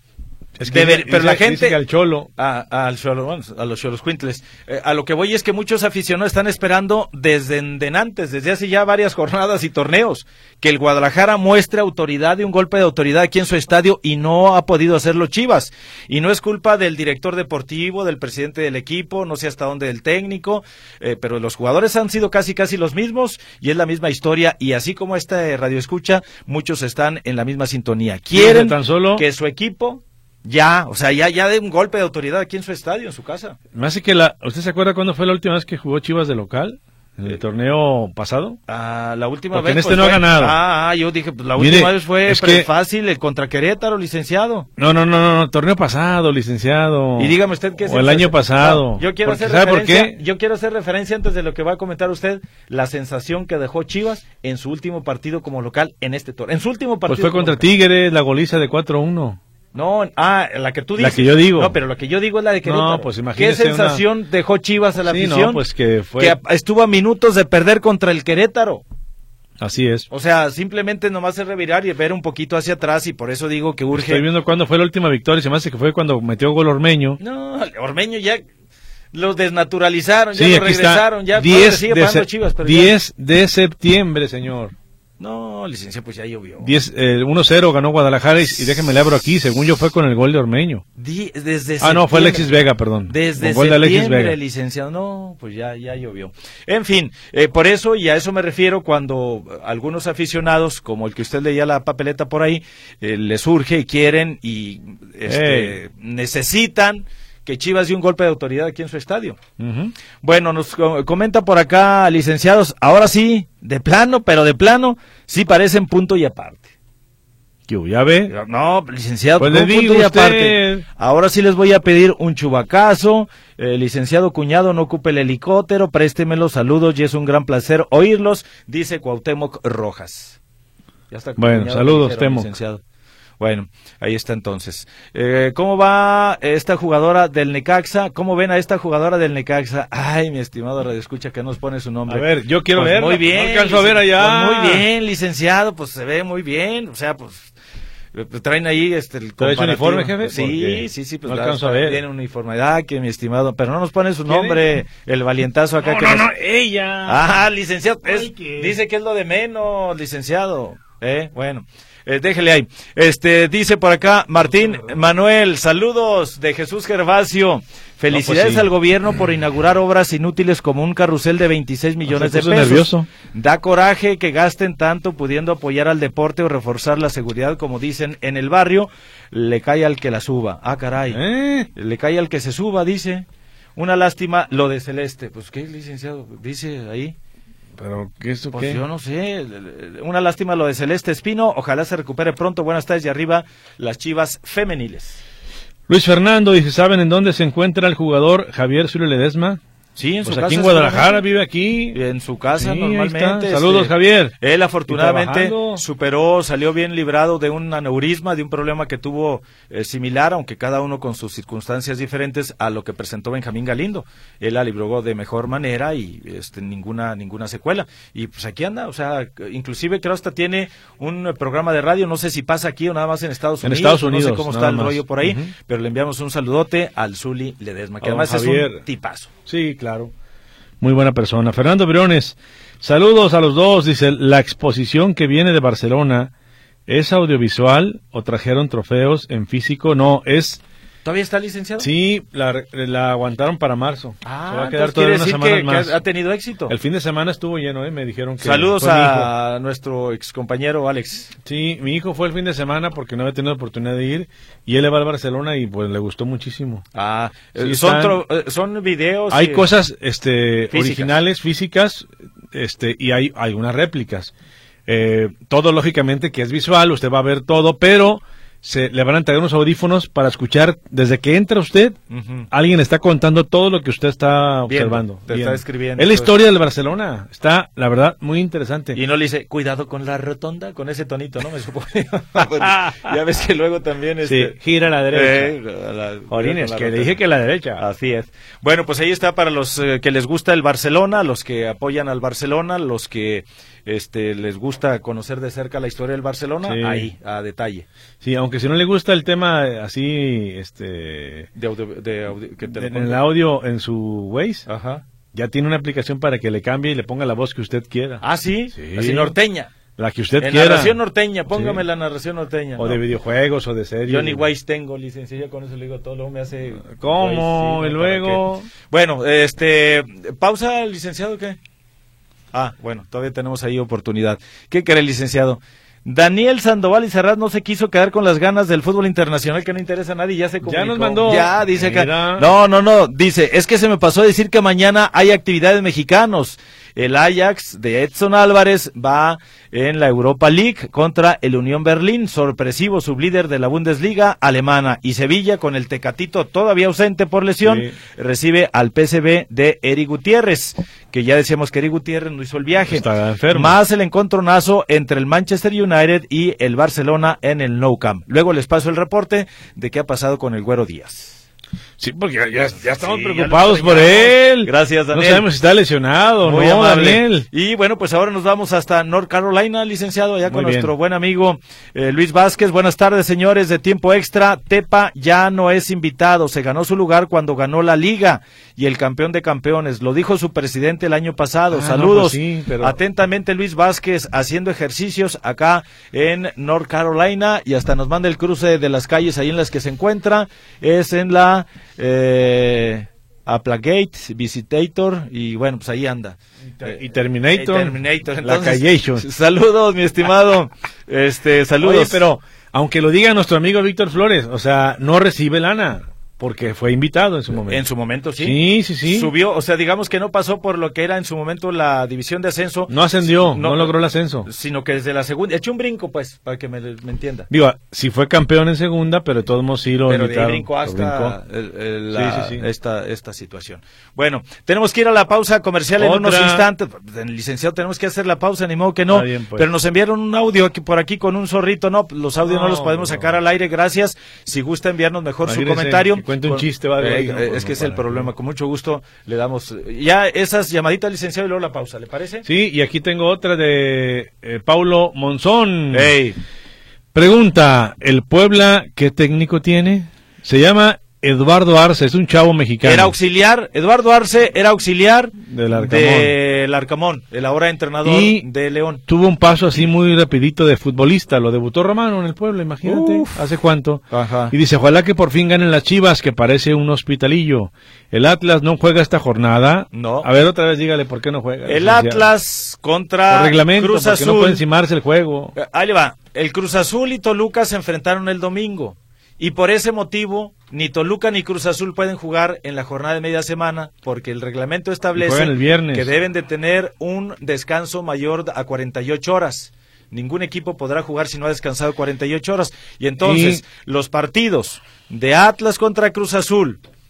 Speaker 4: Pero la gente
Speaker 3: al Cholo, a los Xoloscuintles, a lo que voy es que muchos aficionados están esperando desde hace ya varias jornadas y torneos, que el Guadalajara muestre autoridad y un golpe de autoridad aquí en su estadio, y no ha podido hacerlo Chivas, y no es culpa del director deportivo, del presidente del equipo, no sé hasta dónde del técnico, pero los jugadores han sido casi los mismos, y es la misma historia, y así como esta radio escucha, muchos están en la misma sintonía, quieren que su equipo ya de un golpe de autoridad aquí en su estadio, en su casa.
Speaker 4: Me hace que ¿usted se acuerda cuándo fue la última vez que jugó Chivas de local? ¿En el torneo pasado?
Speaker 3: La última
Speaker 4: Porque
Speaker 3: vez.
Speaker 4: en no ha ganado.
Speaker 3: Yo dije, pues la última vez fue fácil, el contra Querétaro, licenciado.
Speaker 4: No, torneo pasado, licenciado.
Speaker 3: Y dígame usted qué es.
Speaker 4: O el año pasado.
Speaker 3: Yo quiero hacer referencia. Yo quiero hacer referencia antes de lo que va a comentar usted, la sensación que dejó Chivas en su último partido como local en este torneo. En su último partido.
Speaker 4: Pues fue contra Tigres, la goliza de 4-1.
Speaker 3: No, la que tú dices.
Speaker 4: La que yo digo.
Speaker 3: No, pero la que yo digo es la de Querétaro.
Speaker 4: No, pues imagínese.
Speaker 3: ¿Qué sensación dejó Chivas a la afición?
Speaker 4: No, pues que
Speaker 3: estuvo a minutos de perder contra el Querétaro.
Speaker 4: Así es.
Speaker 3: O sea, simplemente nomás es revirar y ver un poquito hacia atrás, y por eso digo que urge.
Speaker 4: Estoy viendo cuándo fue la última victoria, se me hace que fue cuando metió gol Ormeño.
Speaker 3: No, Ormeño ya los desnaturalizaron,
Speaker 4: sí,
Speaker 3: ya lo regresaron, ya
Speaker 4: 10
Speaker 3: Chivas,
Speaker 4: 10 de septiembre, señor.
Speaker 3: No, licencia, pues ya llovió.
Speaker 4: 1-0 ganó Guadalajara, y déjeme le abro aquí, según yo fue con el gol de Ormeño. No, fue Alexis Vega, perdón.
Speaker 3: Desde septiembre, licenciado, no, pues ya llovió. En fin, por eso, y a eso me refiero cuando algunos aficionados, como el que usted leía la papeleta por ahí, les surge y quieren y necesitan que Chivas dé un golpe de autoridad aquí en su estadio. Bueno, nos comenta por acá, licenciados, ahora sí, de plano, sí parecen punto y aparte.
Speaker 4: ¿Ya ve?
Speaker 3: No, licenciado,
Speaker 4: pues le digo
Speaker 3: punto y aparte. Ahora sí les voy a pedir un chubacazo, licenciado Cuñado, no ocupe el helicóptero, préstemelo, saludos, y es un gran placer oírlos, dice Cuauhtémoc Rojas.
Speaker 4: Ya está. Bueno, saludos, Temo.
Speaker 3: Licenciado. Bueno, ahí está entonces. ¿Cómo va esta jugadora del Necaxa? ¿Cómo ven a esta jugadora del Necaxa? Ay, mi estimado radioescucha, que nos pone su nombre.
Speaker 4: A ver, yo quiero ver.
Speaker 3: Muy bien.
Speaker 4: No alcanzo a ver allá.
Speaker 3: Pues muy bien, licenciado, pues se ve muy bien. O sea, pues traen ahí el
Speaker 4: comparativo. Uniforme, jefe?
Speaker 3: Sí, pues
Speaker 4: no alcanzo a ver.
Speaker 3: Tiene uniformidad, que mi estimado, pero no nos pone su nombre, el valientazo acá.
Speaker 4: Ella.
Speaker 3: Licenciado, dice que es lo de menos, licenciado. Bueno. Déjele ahí. Dice por acá Martín Manuel, saludos de Jesús Gervasio. Felicidades al gobierno por inaugurar obras inútiles como un carrusel de 26 millones de pesos.
Speaker 4: Nervioso.
Speaker 3: Da coraje que gasten tanto pudiendo apoyar al deporte o reforzar la seguridad, como dicen en el barrio. Le cae al que la suba. Caray. Le cae al que se suba, dice. Una lástima lo de Celeste. Pues qué, licenciado, dice ahí.
Speaker 4: ¿Pero qué es eso?
Speaker 3: Pues yo no sé, una lástima lo de Celeste Espino, ojalá se recupere pronto. Buenas tardes, y arriba las Chivas femeniles.
Speaker 4: Luis Fernando dice, ¿saben en dónde se encuentra el jugador Javier Zule Ledesma?
Speaker 3: Sí, en
Speaker 4: pues
Speaker 3: su
Speaker 4: aquí
Speaker 3: casa.
Speaker 4: en Guadalajara, vive aquí.
Speaker 3: En su casa,
Speaker 4: Sí,
Speaker 3: normalmente.
Speaker 4: Saludos, Javier.
Speaker 3: Él afortunadamente
Speaker 4: trabajando.
Speaker 3: salió bien librado de un aneurisma, de un problema que tuvo similar, aunque cada uno con sus circunstancias diferentes a lo que presentó Benjamín Galindo. Él la libró de mejor manera y ninguna secuela. Y pues aquí anda, o sea, inclusive creo hasta tiene un programa de radio, no sé si pasa aquí o nada más en Estados Unidos.
Speaker 4: En Estados Unidos.
Speaker 3: No sé cómo está el
Speaker 4: más.
Speaker 3: rollo por ahí, pero le enviamos un saludote al Zuli Ledesma, que además
Speaker 4: Javier.
Speaker 3: es un tipazo.
Speaker 4: Sí, claro. Muy buena persona. Fernando Briones, saludos a los dos. Dice, la exposición que viene de Barcelona, ¿es audiovisual o trajeron trofeos en físico? No, es...
Speaker 3: ¿Todavía está licenciado?
Speaker 4: Sí, la aguantaron para marzo. Se va a quedar
Speaker 3: quiere
Speaker 4: todavía unas
Speaker 3: decir
Speaker 4: semanas más.
Speaker 3: que ha tenido éxito.
Speaker 4: El fin de semana estuvo lleno, me dijeron que...
Speaker 3: Saludos
Speaker 4: fue
Speaker 3: a nuestro excompañero Alex.
Speaker 4: Sí, mi hijo fue el fin de semana porque no había tenido oportunidad de ir y él va al Barcelona y pues le gustó muchísimo. Sí,
Speaker 3: son videos.
Speaker 4: Hay cosas originales, físicas, y hay algunas réplicas. Todo lógicamente que es visual, usted va a ver todo, pero le van a entregar unos audífonos para escuchar desde que entra usted. Alguien está contando todo lo que usted está observando.
Speaker 3: Está escribiendo.
Speaker 4: Es la historia del Barcelona. Está, la verdad, muy interesante.
Speaker 3: Y no le dice, cuidado con la rotonda, con ese tonito, ¿no? Me supone. Ya ves que luego también...
Speaker 4: gira a la derecha. Orines, que le dije que a la derecha.
Speaker 3: Así es. Bueno, pues ahí está para los que les gusta el Barcelona, los que apoyan al Barcelona, los que les gusta conocer de cerca la historia del Barcelona, ahí, a detalle.
Speaker 4: Sí, aunque si no le gusta el tema así,
Speaker 3: en el
Speaker 4: audio en su Waze,
Speaker 3: ajá,
Speaker 4: ya tiene una aplicación para que le cambie y le ponga la voz que usted quiera.
Speaker 3: Ah, sí, así norteña.
Speaker 4: La que usted
Speaker 3: quiera.
Speaker 4: Narración
Speaker 3: norteña, póngame la narración norteña.
Speaker 4: O de videojuegos o de series.
Speaker 3: Johnny Weiss tengo, licenciado, con eso le digo todo, luego me hace...
Speaker 4: ¿Cómo?
Speaker 3: Weiss,
Speaker 4: y luego...
Speaker 3: Bueno, pausa, licenciado, ¿qué? Bueno, todavía tenemos ahí oportunidad. ¿Qué quiere, licenciado? Daniel Sandoval y Serrat no se quiso quedar con las ganas del fútbol internacional, que no interesa a nadie, ya se comunicó.
Speaker 4: Ya nos mandó.
Speaker 3: Ya, dice acá. No, dice, es que se me pasó a decir que mañana hay actividades mexicanos. El Ajax de Edson Álvarez va en la Europa League contra el Unión Berlín, sorpresivo sublíder de la Bundesliga alemana. Y Sevilla, con el Tecatito todavía ausente por lesión, recibe al PSV de Eric Gutiérrez, que ya decíamos que Eric Gutiérrez no hizo el viaje.
Speaker 4: Está enfermo.
Speaker 3: Más el encontronazo entre el Manchester United y el Barcelona en el Nou Camp. Luego les paso el reporte de qué ha pasado con el Güero Díaz.
Speaker 4: Sí, porque ya estamos preocupados por él.
Speaker 3: Gracias, Daniel.
Speaker 4: No sabemos si está lesionado,
Speaker 3: muy
Speaker 4: ¿no,
Speaker 3: amable,
Speaker 4: Daniel?
Speaker 3: Y bueno, pues ahora nos vamos hasta North Carolina, licenciado, allá con nuestro buen amigo Luis Vázquez. Buenas tardes, señores de Tiempo Extra. Tepa ya no es invitado, se ganó su lugar cuando ganó la Liga y el campeón de campeones. Lo dijo su presidente el año pasado. Saludos. Atentamente, Luis Vázquez, haciendo ejercicios acá en North Carolina, y hasta nos manda el cruce de las calles ahí en las que se encuentra. Es en la Applegate, Visitator, y bueno, pues ahí anda.
Speaker 4: Y Terminator.
Speaker 3: Entonces,
Speaker 4: la Callation.
Speaker 3: Saludos, mi estimado. Saludos.
Speaker 4: Oye, pero aunque lo diga nuestro amigo Víctor Flores, o sea, no recibe lana. Porque fue invitado en su momento.
Speaker 3: En su momento, sí.
Speaker 4: Sí.
Speaker 3: Subió, o sea, digamos que no pasó por lo que era en su momento la división de ascenso.
Speaker 4: No ascendió, no logró el ascenso.
Speaker 3: Sino que desde la segunda, echó un brinco, pues, para que me entienda.
Speaker 4: Digo, sí fue campeón en segunda, pero de todos modos sí lo invitaron.
Speaker 3: Pero de ahí brincó hasta esta situación. Bueno, tenemos que ir a la pausa comercial en unos instantes. Licenciado, tenemos que hacer la pausa, ni modo que no.
Speaker 4: Bien, pues.
Speaker 3: Pero nos enviaron un audio por aquí con un zorrito. No, los audios no los podemos sacar al aire, gracias. Si gusta enviarnos mejor su comentario.
Speaker 4: Cuenta un chiste,
Speaker 3: es que es el problema. Con mucho gusto le damos ya esas llamaditas, licenciado, y luego la pausa, ¿le parece?
Speaker 4: Sí, y aquí tengo otra de Paulo Monzón.
Speaker 3: Hey.
Speaker 4: Pregunta, ¿el Puebla qué técnico tiene? Se llama Eduardo Arce, es un chavo mexicano.
Speaker 3: Eduardo Arce era auxiliar
Speaker 4: del
Speaker 3: Arcamón, el ahora entrenador de León.
Speaker 4: Tuvo un paso así muy rapidito de futbolista, lo debutó Romano en el Puebla, imagínate, ¿hace cuánto?
Speaker 3: Ajá.
Speaker 4: Y dice, ojalá que por fin ganen las Chivas, que parece un hospitalillo. El Atlas no juega esta jornada.
Speaker 3: No.
Speaker 4: A ver, otra vez dígale por qué no juega.
Speaker 3: El Atlas contra
Speaker 4: por reglamento,
Speaker 3: Cruz Azul.
Speaker 4: No puede encimarse el juego.
Speaker 3: Ahí le va. El Cruz Azul y Toluca se enfrentaron el domingo. Y por ese motivo, ni Toluca ni Cruz Azul pueden jugar en la jornada de media semana, porque el reglamento establece
Speaker 4: el viernes,
Speaker 3: que deben de tener un descanso mayor a 48 horas. Ningún equipo podrá jugar si no ha descansado 48 horas. Y entonces, los partidos de Atlas contra Cruz Azul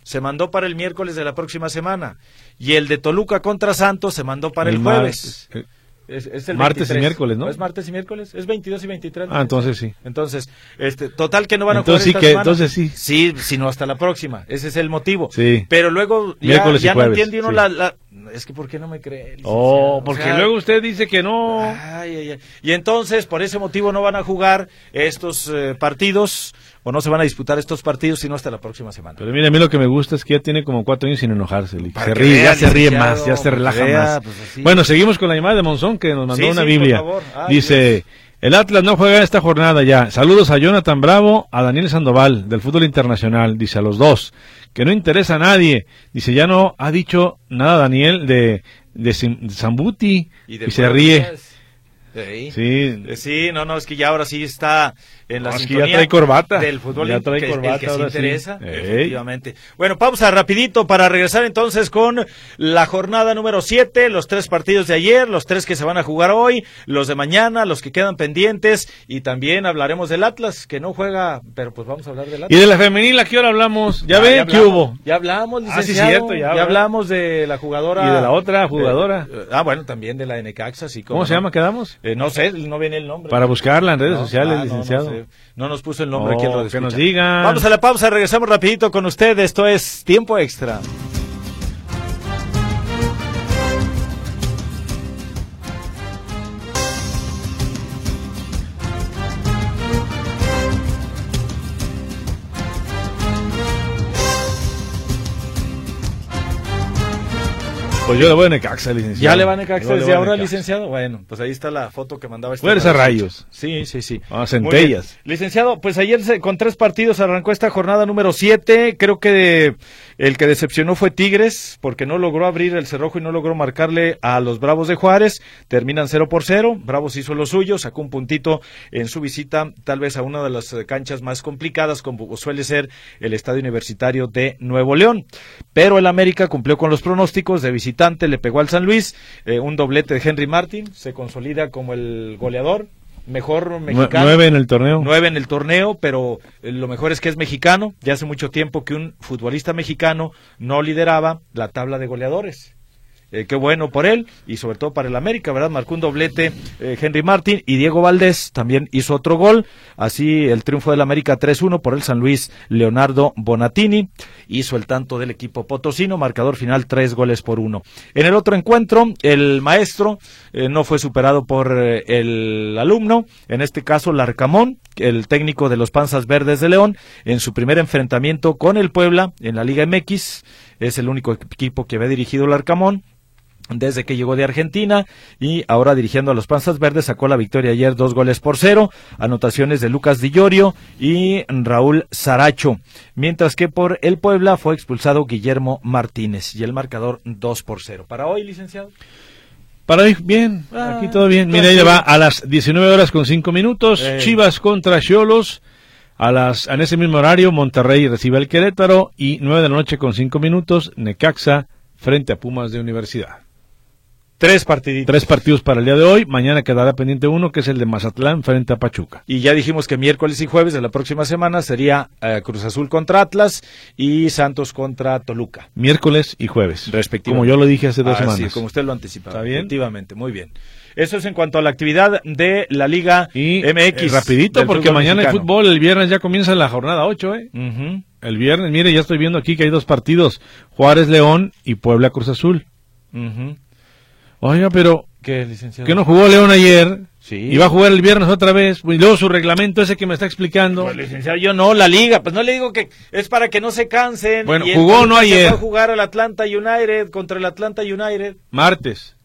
Speaker 3: se mandó para el miércoles de la próxima semana. Y el de Toluca contra Santos se mandó para el jueves. Es el
Speaker 4: martes
Speaker 3: 23.
Speaker 4: y miércoles, ¿no?
Speaker 3: ¿Es martes y miércoles? Es 22 y 23.
Speaker 4: Ah, entonces sí.
Speaker 3: Entonces, total que no van a
Speaker 4: entonces
Speaker 3: jugar esta semana.
Speaker 4: Entonces sí.
Speaker 3: Sí, sino hasta la próxima. Ese es el motivo.
Speaker 4: Sí.
Speaker 3: Pero luego ya no entiende uno es que ¿por qué no me cree?
Speaker 4: Porque luego usted dice que no.
Speaker 3: Ay. Y entonces, por ese motivo no van a jugar estos partidos, o no se van a disputar estos partidos, sino hasta la próxima semana.
Speaker 4: Pero mira, a mí lo que me gusta es que ya tiene como 4 años sin enojarse.
Speaker 3: Se ríe,
Speaker 4: ya se ríe más, ya se relaja más.
Speaker 3: Pues
Speaker 4: bueno, seguimos con la llamada de Monzón, que nos mandó una Biblia.
Speaker 3: Por favor.
Speaker 4: Dice, Dios. El Atlas no juega esta jornada ya. Saludos a Jonathan Bravo, a Daniel Sandoval, del fútbol internacional. Dice, a los dos, que no interesa a nadie. Dice, ya no ha dicho nada Daniel de Zambuti, y se ríe. Sí, no, es que ya ahora sí está en la sintonía, es que ya trae corbata
Speaker 3: del fútbol,
Speaker 4: ya trae corbata,
Speaker 3: que se interesa,
Speaker 4: sí.
Speaker 3: Efectivamente. Bueno, pausa rapidito para regresar entonces con la jornada número 7, los 3 partidos de ayer, los 3 que se van a jugar hoy, los de mañana, los que quedan pendientes, y también hablaremos del Atlas, que no juega, pero pues vamos a hablar del Atlas.
Speaker 4: Y de la femenil, ¿a qué hora hablamos? ¿Ya ven qué hubo?
Speaker 3: Ya hablamos, licenciado.
Speaker 4: Sí, cierto, ya
Speaker 3: hablamos de la jugadora.
Speaker 4: Y de la otra jugadora.
Speaker 3: Bueno, también de la Necaxa, sí.
Speaker 4: ¿Cómo se llama? ¿Quedamos?
Speaker 3: No sé, no viene el nombre.
Speaker 4: Para buscarla en redes sociales, licenciado.
Speaker 3: No nos puso el nombre aquí en Radio
Speaker 4: que
Speaker 3: Escucha.
Speaker 4: nos digan.
Speaker 3: Vamos a la pausa, regresamos rapidito con usted. Esto es Tiempo Extra.
Speaker 4: Pues yo le voy a Necaxa, licenciado.
Speaker 3: ¿Ya le va a Necaxa desde ahora,
Speaker 4: Necaxa.
Speaker 3: licenciado? Bueno, pues ahí está la foto que mandaba.
Speaker 4: Fuerza Rayos.
Speaker 3: Sí.
Speaker 4: Centellas.
Speaker 3: Licenciado, pues ayer con 3 partidos arrancó esta jornada número 7. Creo que el que decepcionó fue Tigres, porque no logró abrir el cerrojo y no logró marcarle a los Bravos de Juárez. Terminan 0-0. Bravos hizo lo suyo, sacó un puntito en su visita, tal vez a una de las canchas más complicadas, como suele ser el Estadio Universitario de Nuevo León. Pero el América cumplió con los pronósticos de visitante, le pegó al San Luis, un doblete de Henry Martin, se consolida como el goleador, mejor mexicano.
Speaker 4: 9 en el torneo.
Speaker 3: 9 en el torneo, pero lo mejor es que es mexicano. Ya hace mucho tiempo que un futbolista mexicano no lideraba la tabla de goleadores. Qué bueno por él y sobre todo para el América, ¿verdad? Marcó un doblete Henry Martin y Diego Valdés también hizo otro gol. Así el triunfo del América 3-1 por el San Luis. Leonardo Bonatini hizo el tanto del equipo potosino, marcador final 3-1. En el otro encuentro, el maestro no fue superado por el alumno, en este caso Larcamón, el técnico de los Panzas Verdes de León, en su primer enfrentamiento con el Puebla en la Liga MX. Es el único equipo que había dirigido Larcamón desde que llegó de Argentina, y ahora dirigiendo a los Panzas Verdes sacó la victoria ayer 2-0, anotaciones de Lucas Di Llorio y Raúl Saracho, mientras que por el Puebla fue expulsado Guillermo Martínez y el marcador 2-0. Para hoy, licenciado.
Speaker 4: Para hoy, bien, aquí todo bien. Mira, ahí va a las 19:05, Chivas contra Xolos. En ese mismo horario, Monterrey recibe al Querétaro, y 9:05, Necaxa frente a Pumas de Universidad. 3 partidos para el día de hoy. Mañana quedará pendiente uno, que es el de Mazatlán frente a Pachuca.
Speaker 3: Y ya dijimos que miércoles y jueves de la próxima semana sería Cruz Azul contra Atlas y Santos contra Toluca.
Speaker 4: Miércoles y jueves,
Speaker 3: respectivamente.
Speaker 4: Como yo lo dije hace 2 semanas.
Speaker 3: Sí, como usted lo anticipaba.
Speaker 4: ¿Está bien?
Speaker 3: Efectivamente, muy bien. Eso es en cuanto a la actividad de la Liga MX.
Speaker 4: Rapidito, porque mañana hay fútbol. El viernes ya comienza la jornada 8,
Speaker 3: Uh-huh.
Speaker 4: El viernes, mire, ya estoy viendo aquí que hay 2 partidos. Juárez León y Puebla Cruz Azul.
Speaker 3: Uh-huh.
Speaker 4: Oiga, pero
Speaker 3: ¿qué, licenciado?
Speaker 4: ¿Que no jugó León ayer?
Speaker 3: Sí.
Speaker 4: Y va a jugar el viernes otra vez. Y luego su reglamento ese que me está explicando.
Speaker 3: Pues, licenciado, yo no, la liga. Pues no le digo que es para que no se cansen.
Speaker 4: Bueno,
Speaker 3: y
Speaker 4: jugó no ayer.
Speaker 3: Va a jugar al Atlanta United contra el Atlanta United.
Speaker 4: Martes.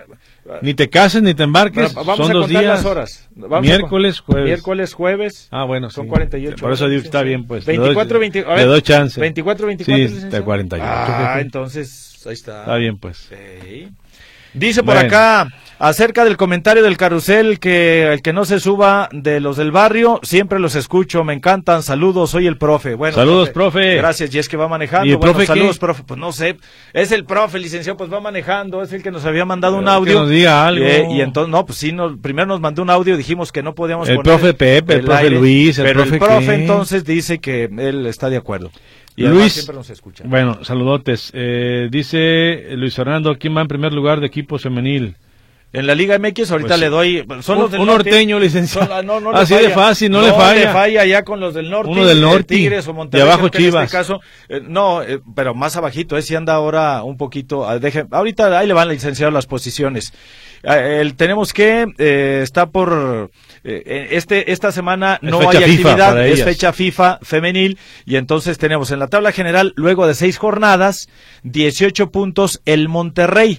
Speaker 4: Ni te cases ni te embarques.
Speaker 3: Bueno,
Speaker 4: son 2 días.
Speaker 3: Las horas.
Speaker 4: Miércoles, jueves.
Speaker 3: Miércoles, jueves.
Speaker 4: Ah, bueno,
Speaker 3: son
Speaker 4: sí.
Speaker 3: 48.
Speaker 4: Por eso digo que está bien, pues.
Speaker 3: 24, 24.
Speaker 4: Le doy chance.
Speaker 3: 24, 24.
Speaker 4: Sí, está 48.
Speaker 3: Entonces, ahí está.
Speaker 4: Está bien, pues.
Speaker 3: Sí. Dice por acá, acerca del comentario del carrusel, que el que no se suba de los del barrio, siempre los escucho, me encantan, saludos, soy el profe. Bueno,
Speaker 4: saludos, profe.
Speaker 3: Gracias, y es que va manejando.
Speaker 4: ¿Y el profe
Speaker 3: saludos,
Speaker 4: qué?
Speaker 3: Profe, pues no sé, es el profe, licenciado, pues va manejando, es el que nos había mandado un audio.
Speaker 4: Que nos diga algo.
Speaker 3: Y entonces, no, pues sí, primero nos mandó un audio, dijimos que no podíamos
Speaker 4: el
Speaker 3: poner
Speaker 4: profe Pepe, el profe
Speaker 3: aire,
Speaker 4: Luis,
Speaker 3: pero
Speaker 4: profe
Speaker 3: el profe
Speaker 4: ¿qué?
Speaker 3: Entonces dice que él está de acuerdo. Y
Speaker 4: Luis,
Speaker 3: siempre nos escucha.
Speaker 4: Bueno, saludotes. Dice Luis Fernando, ¿quién va en primer lugar de equipo femenil?
Speaker 3: En la Liga MX ahorita
Speaker 4: Pues,
Speaker 3: le doy... Son los del
Speaker 4: un
Speaker 3: norte.
Speaker 4: norteño, licenciado.
Speaker 3: No le
Speaker 4: Así
Speaker 3: falla.
Speaker 4: de fácil, no le falla.
Speaker 3: le falla ya con los del norte.
Speaker 4: Uno del norte.
Speaker 3: Tigres o Monterrey.
Speaker 4: Y abajo
Speaker 3: creo que
Speaker 4: Chivas.
Speaker 3: En este caso, pero más abajito, sí anda ahora un poquito... ahorita ahí le van licenciado las posiciones. Tenemos que... está por... esta semana
Speaker 4: Es
Speaker 3: no
Speaker 4: fecha
Speaker 3: hay
Speaker 4: FIFA
Speaker 3: actividad,
Speaker 4: para
Speaker 3: es
Speaker 4: ellas.
Speaker 3: fecha FIFA femenil, y entonces tenemos en la tabla general, luego de 6 jornadas, 18 puntos el Monterrey.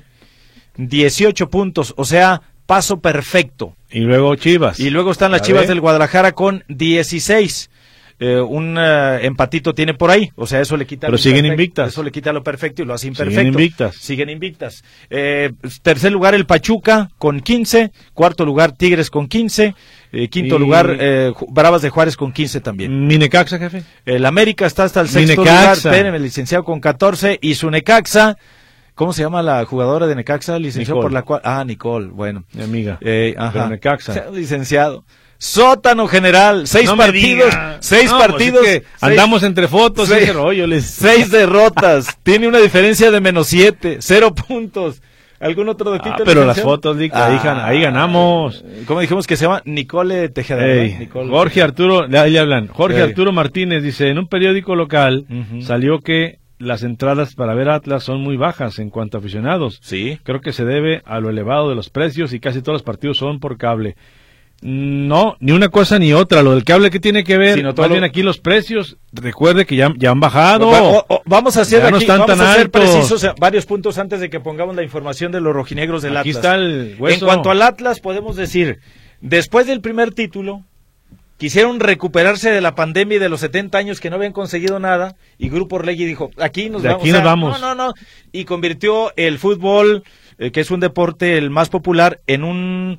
Speaker 3: 18 puntos, o sea... paso perfecto.
Speaker 4: Y luego Chivas.
Speaker 3: Y luego están las Chivas del Guadalajara con 16. Un empatito tiene por ahí, o sea, eso le quita.
Speaker 4: Pero siguen invictas.
Speaker 3: Eso le quita lo perfecto y lo hace imperfecto.
Speaker 4: Siguen invictas.
Speaker 3: Tercer lugar el Pachuca con 15, cuarto lugar Tigres con 15, quinto lugar Bravas de Juárez con 15 también.
Speaker 4: ¿Mi Necaxa, jefe?
Speaker 3: El América está hasta el sexto lugar, espérenme, licenciado, con 14, y su Necaxa. ¿Cómo se llama la jugadora de Necaxa, licenciado?
Speaker 4: Nicole.
Speaker 3: Por la cual... Nicole, bueno.
Speaker 4: Mi amiga.
Speaker 3: Ajá.
Speaker 4: Pero Necaxa.
Speaker 3: Licenciado. Sótano general, 6 partidos, 6 partidos.
Speaker 4: Pues es que andamos entre fotos, ese rollo.
Speaker 3: 6 derrotas, tiene una diferencia de -7, 0 puntos. ¿Algún otro datito?
Speaker 4: Pero las fotos, Dick, ahí ganamos.
Speaker 3: ¿Cómo dijimos que se llama? Nicole Tejeda.
Speaker 4: Jorge Arturo, ahí hablan. Jorge Arturo Martínez dice, en un periódico local salió que las entradas para ver Atlas son muy bajas en cuanto a aficionados.
Speaker 3: Sí.
Speaker 4: Creo que se debe a lo elevado de los precios y casi todos los partidos son por cable. No, ni una cosa ni otra. Lo del cable que tiene que ver, más bien aquí los precios, recuerde que ya han bajado.
Speaker 3: Vamos a hacer
Speaker 4: ya no
Speaker 3: aquí,
Speaker 4: están
Speaker 3: vamos
Speaker 4: tan
Speaker 3: a ser
Speaker 4: altos.
Speaker 3: precisos varios puntos antes de que pongamos la información de los rojinegros del
Speaker 4: Aquí
Speaker 3: Atlas.
Speaker 4: está el hueso.
Speaker 3: En cuanto al Atlas, podemos decir, después del primer título, quisieron recuperarse de la pandemia y de los 70 años que no habían conseguido nada, y Grupo Orlegui dijo, aquí nos vamos. No, y convirtió el fútbol, que es un deporte el más popular, en un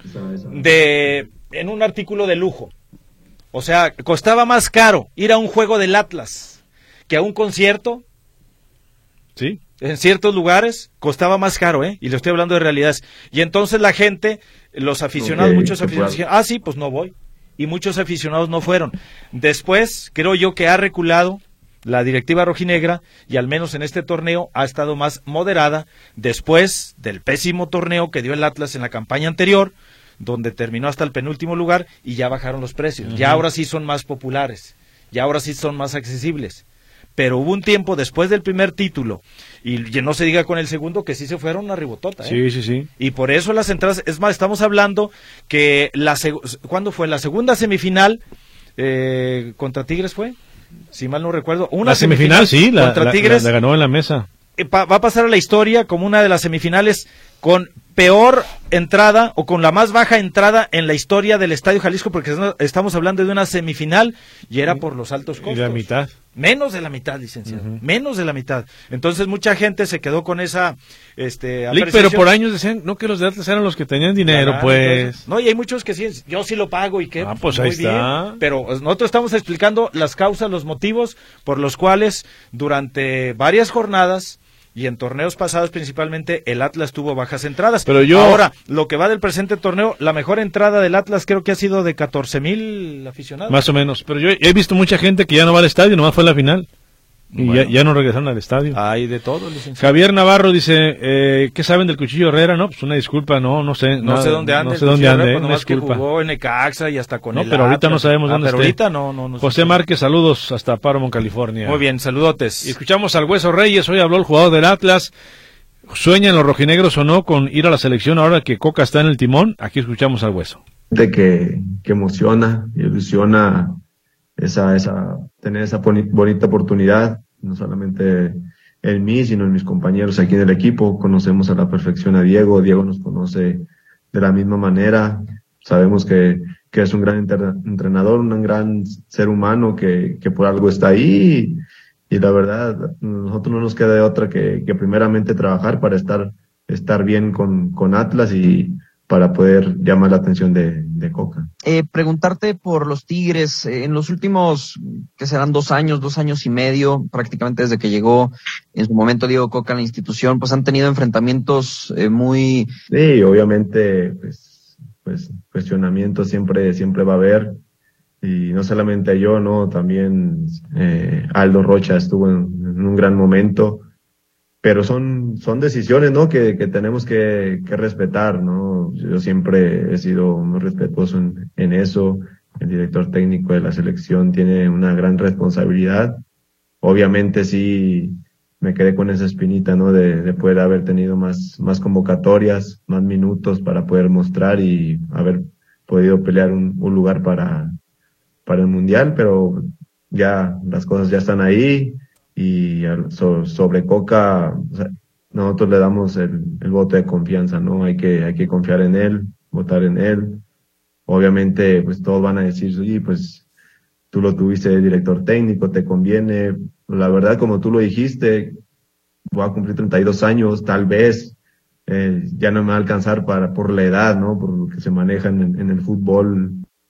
Speaker 3: artículo de lujo. O sea, costaba más caro ir a un juego del Atlas que a un concierto.
Speaker 4: Sí.
Speaker 3: En ciertos lugares costaba más caro, y le estoy hablando de realidades. Y entonces la gente, los aficionados, muchos aficionados dijeron, sí, pues no voy. Y muchos aficionados no fueron. Después, creo yo que ha reculado la directiva rojinegra, y al menos en este torneo ha estado más moderada, después del pésimo torneo que dio el Atlas en la campaña anterior, donde terminó hasta el penúltimo lugar, y ya bajaron los precios. Ya ahora sí son más populares, ya ahora sí son más accesibles. Pero hubo un tiempo después del primer título, y no se diga con el segundo, que sí se fueron una ribotota.
Speaker 4: Sí.
Speaker 3: Y por eso las entradas, es más, estamos hablando que ¿cuándo fue? La segunda semifinal contra Tigres fue, si mal no recuerdo. Una
Speaker 4: semifinal, sí,
Speaker 3: contra Tigres.
Speaker 4: La ganó en la mesa.
Speaker 3: Va a pasar a la historia como una de las semifinales con peor entrada o con la más baja entrada en la historia del Estadio Jalisco, porque estamos hablando de una semifinal y era por los altos costos.
Speaker 4: Y la mitad.
Speaker 3: Menos de la mitad, licenciado. Menos de la mitad. Entonces mucha gente se quedó con esa
Speaker 4: pero por años decían, no, que los de Atlas eran los que tenían dinero, pues.
Speaker 3: Entonces, no, y hay muchos que sí, yo sí lo pago y que
Speaker 4: pues ahí está.
Speaker 3: Bien, pero nosotros estamos explicando las causas, los motivos por los cuales durante varias jornadas y en torneos pasados principalmente el Atlas tuvo bajas entradas.
Speaker 4: Pero
Speaker 3: ahora, lo que va del presente torneo, la mejor entrada del Atlas creo que ha sido de 14,000 aficionados.
Speaker 4: Más o menos, pero yo he visto mucha gente que ya no va al estadio, nomás fue a la final. Y ya no regresaron al estadio.
Speaker 3: Hay de todo, licenciado.
Speaker 4: Javier Navarro dice, ¿qué saben del Cuchillo Herrera? No, pues una disculpa, no sé.
Speaker 3: No sé dónde anda.
Speaker 4: No sé dónde anda,
Speaker 3: una disculpa. Que jugó en Necaxa y hasta con el
Speaker 4: pero ahorita no sabemos dónde
Speaker 3: está.
Speaker 4: Pero
Speaker 3: ahorita no.
Speaker 4: José Márquez, saludos hasta Paramount, California.
Speaker 3: Muy bien, saludotes.
Speaker 4: Y escuchamos al Hueso Reyes, hoy habló el jugador del Atlas. ¿Sueñan los rojinegros o no con ir a la selección ahora que Coca está en el timón? Aquí escuchamos al Hueso.
Speaker 6: Que emociona, ilusiona tener esa bonita oportunidad, no solamente en mí, sino en mis compañeros aquí en el equipo. Conocemos a la perfección a Diego nos conoce de la misma manera, sabemos que es un gran entrenador, un gran ser humano que por algo está ahí, y la verdad, nosotros no nos queda de otra que primeramente trabajar para estar bien con Atlas y para poder llamar la atención de Coca.
Speaker 7: Preguntarte por los Tigres, en los últimos, que serán 2 años y medio, prácticamente desde que llegó en su momento Diego Coca a la institución, pues han tenido enfrentamientos muy...
Speaker 6: Sí, obviamente, pues cuestionamientos siempre va a haber. y no solamente yo, ¿no? También Aldo Rocha estuvo en un gran momento, pero son decisiones, ¿no? Que tenemos que respetar, ¿no? Yo siempre he sido muy respetuoso en eso. El director técnico de la selección tiene una gran responsabilidad. Obviamente sí me quedé con esa espinita, ¿no? De poder haber tenido más convocatorias, más minutos para poder mostrar y haber podido pelear un lugar para el Mundial, pero ya las cosas ya están ahí y sobre Coca, o sea, nosotros le damos el voto de confianza, ¿no? Hay que confiar en él, votar en él. Obviamente, pues todos van a decir, sí, pues tú lo tuviste de director técnico, te conviene. La verdad, como tú lo dijiste, voy a cumplir 32 años, tal vez ya no me va a alcanzar por la edad, ¿no? Por lo que se maneja en el fútbol.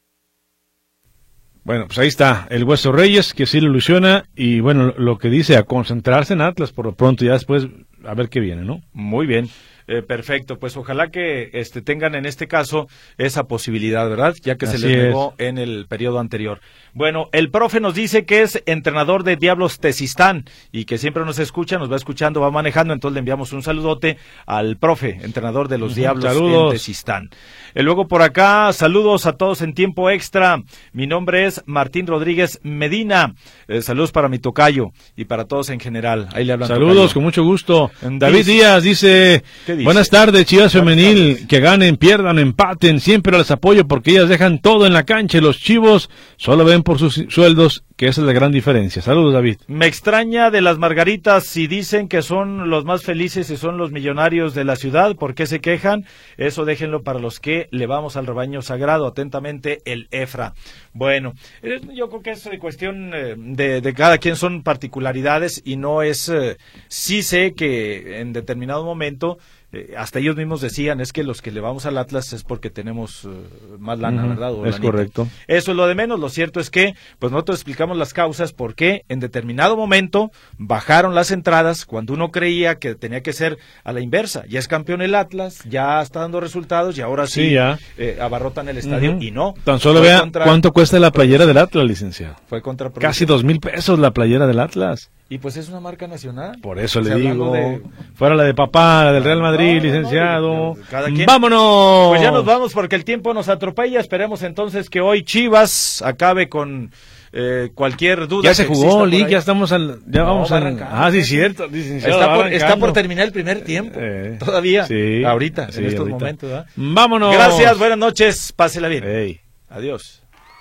Speaker 4: Bueno, pues ahí está el Hueso Reyes, que sí lo ilusiona, y bueno, lo que dice, a concentrarse en Atlas por lo pronto, y ya después a ver qué viene, ¿no?
Speaker 3: Muy bien. Perfecto, pues ojalá que tengan en este caso esa posibilidad, ¿verdad? Ya que
Speaker 4: Así
Speaker 3: se les negó en el periodo anterior. Bueno, el profe nos dice que es entrenador de Diablos Tezistán y que siempre nos escucha, nos va escuchando, va manejando, entonces le enviamos un saludote al profe, entrenador de los Diablos en Tezistán. Luego por acá, saludos a todos en tiempo extra. Mi nombre es Martín Rodríguez Medina. Saludos para mi tocayo y para todos en general. Ahí le hablan.
Speaker 4: Saludos, tocayo. Con mucho gusto. David Díaz dice... Buenas tardes, Chivas Femenil, que ganen, pierdan, empaten, siempre las apoyo porque ellas dejan todo en la cancha y los Chivos solo ven por sus sueldos, que esa es la gran diferencia. Saludos, David.
Speaker 3: Me extraña de las Margaritas si dicen que son los más felices y son los millonarios de la ciudad, ¿por qué se quejan? Eso déjenlo para los que le vamos al rebaño sagrado. Atentamente, el EFRA. Bueno, yo creo que es cuestión de cada quien, son particularidades y no es... sí sé que en determinado momento... hasta ellos mismos decían, es que los que le vamos al Atlas es porque tenemos más lana, ¿verdad? O
Speaker 4: es
Speaker 3: lanita.
Speaker 4: Correcto.
Speaker 3: Eso es lo de menos, lo cierto es que pues nosotros explicamos las causas por qué en determinado momento bajaron las entradas cuando uno creía que tenía que ser a la inversa. Ya es campeón el Atlas, ya está dando resultados y ahora sí
Speaker 4: ya.
Speaker 3: Abarrotan el estadio y no.
Speaker 4: Tan solo vea cuánto cuesta la playera del Atlas, licenciado.
Speaker 3: Fue contraproducente.
Speaker 4: Casi 2,000 pesos la playera del Atlas.
Speaker 3: Y pues es una marca nacional.
Speaker 4: Por eso le digo, fuera la de papá, la del Real Madrid, licenciado.
Speaker 3: Cada quien.
Speaker 4: ¡Vámonos!
Speaker 3: Pues ya nos vamos porque el tiempo nos atropella. Esperemos entonces que hoy Chivas acabe con cualquier duda.
Speaker 4: Ya se jugó, Lick, ya estamos vamos a arrancar. Ah, sí, cierto, licenciado.
Speaker 3: Está por terminar el primer tiempo. Todavía. Sí, ahorita, en estos momentos. ¿Verdad?
Speaker 4: ¡Vámonos!
Speaker 3: Gracias, buenas noches, pásela bien.
Speaker 4: Hey.
Speaker 3: Adiós.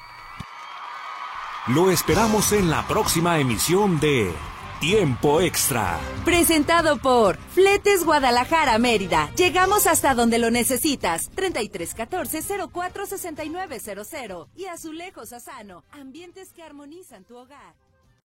Speaker 1: Lo esperamos en la próxima emisión de Tiempo Extra.
Speaker 2: Presentado por Fletes Guadalajara Mérida. Llegamos hasta donde lo necesitas. 3314-046900. Y Azulejos Asano. Ambientes que armonizan tu hogar.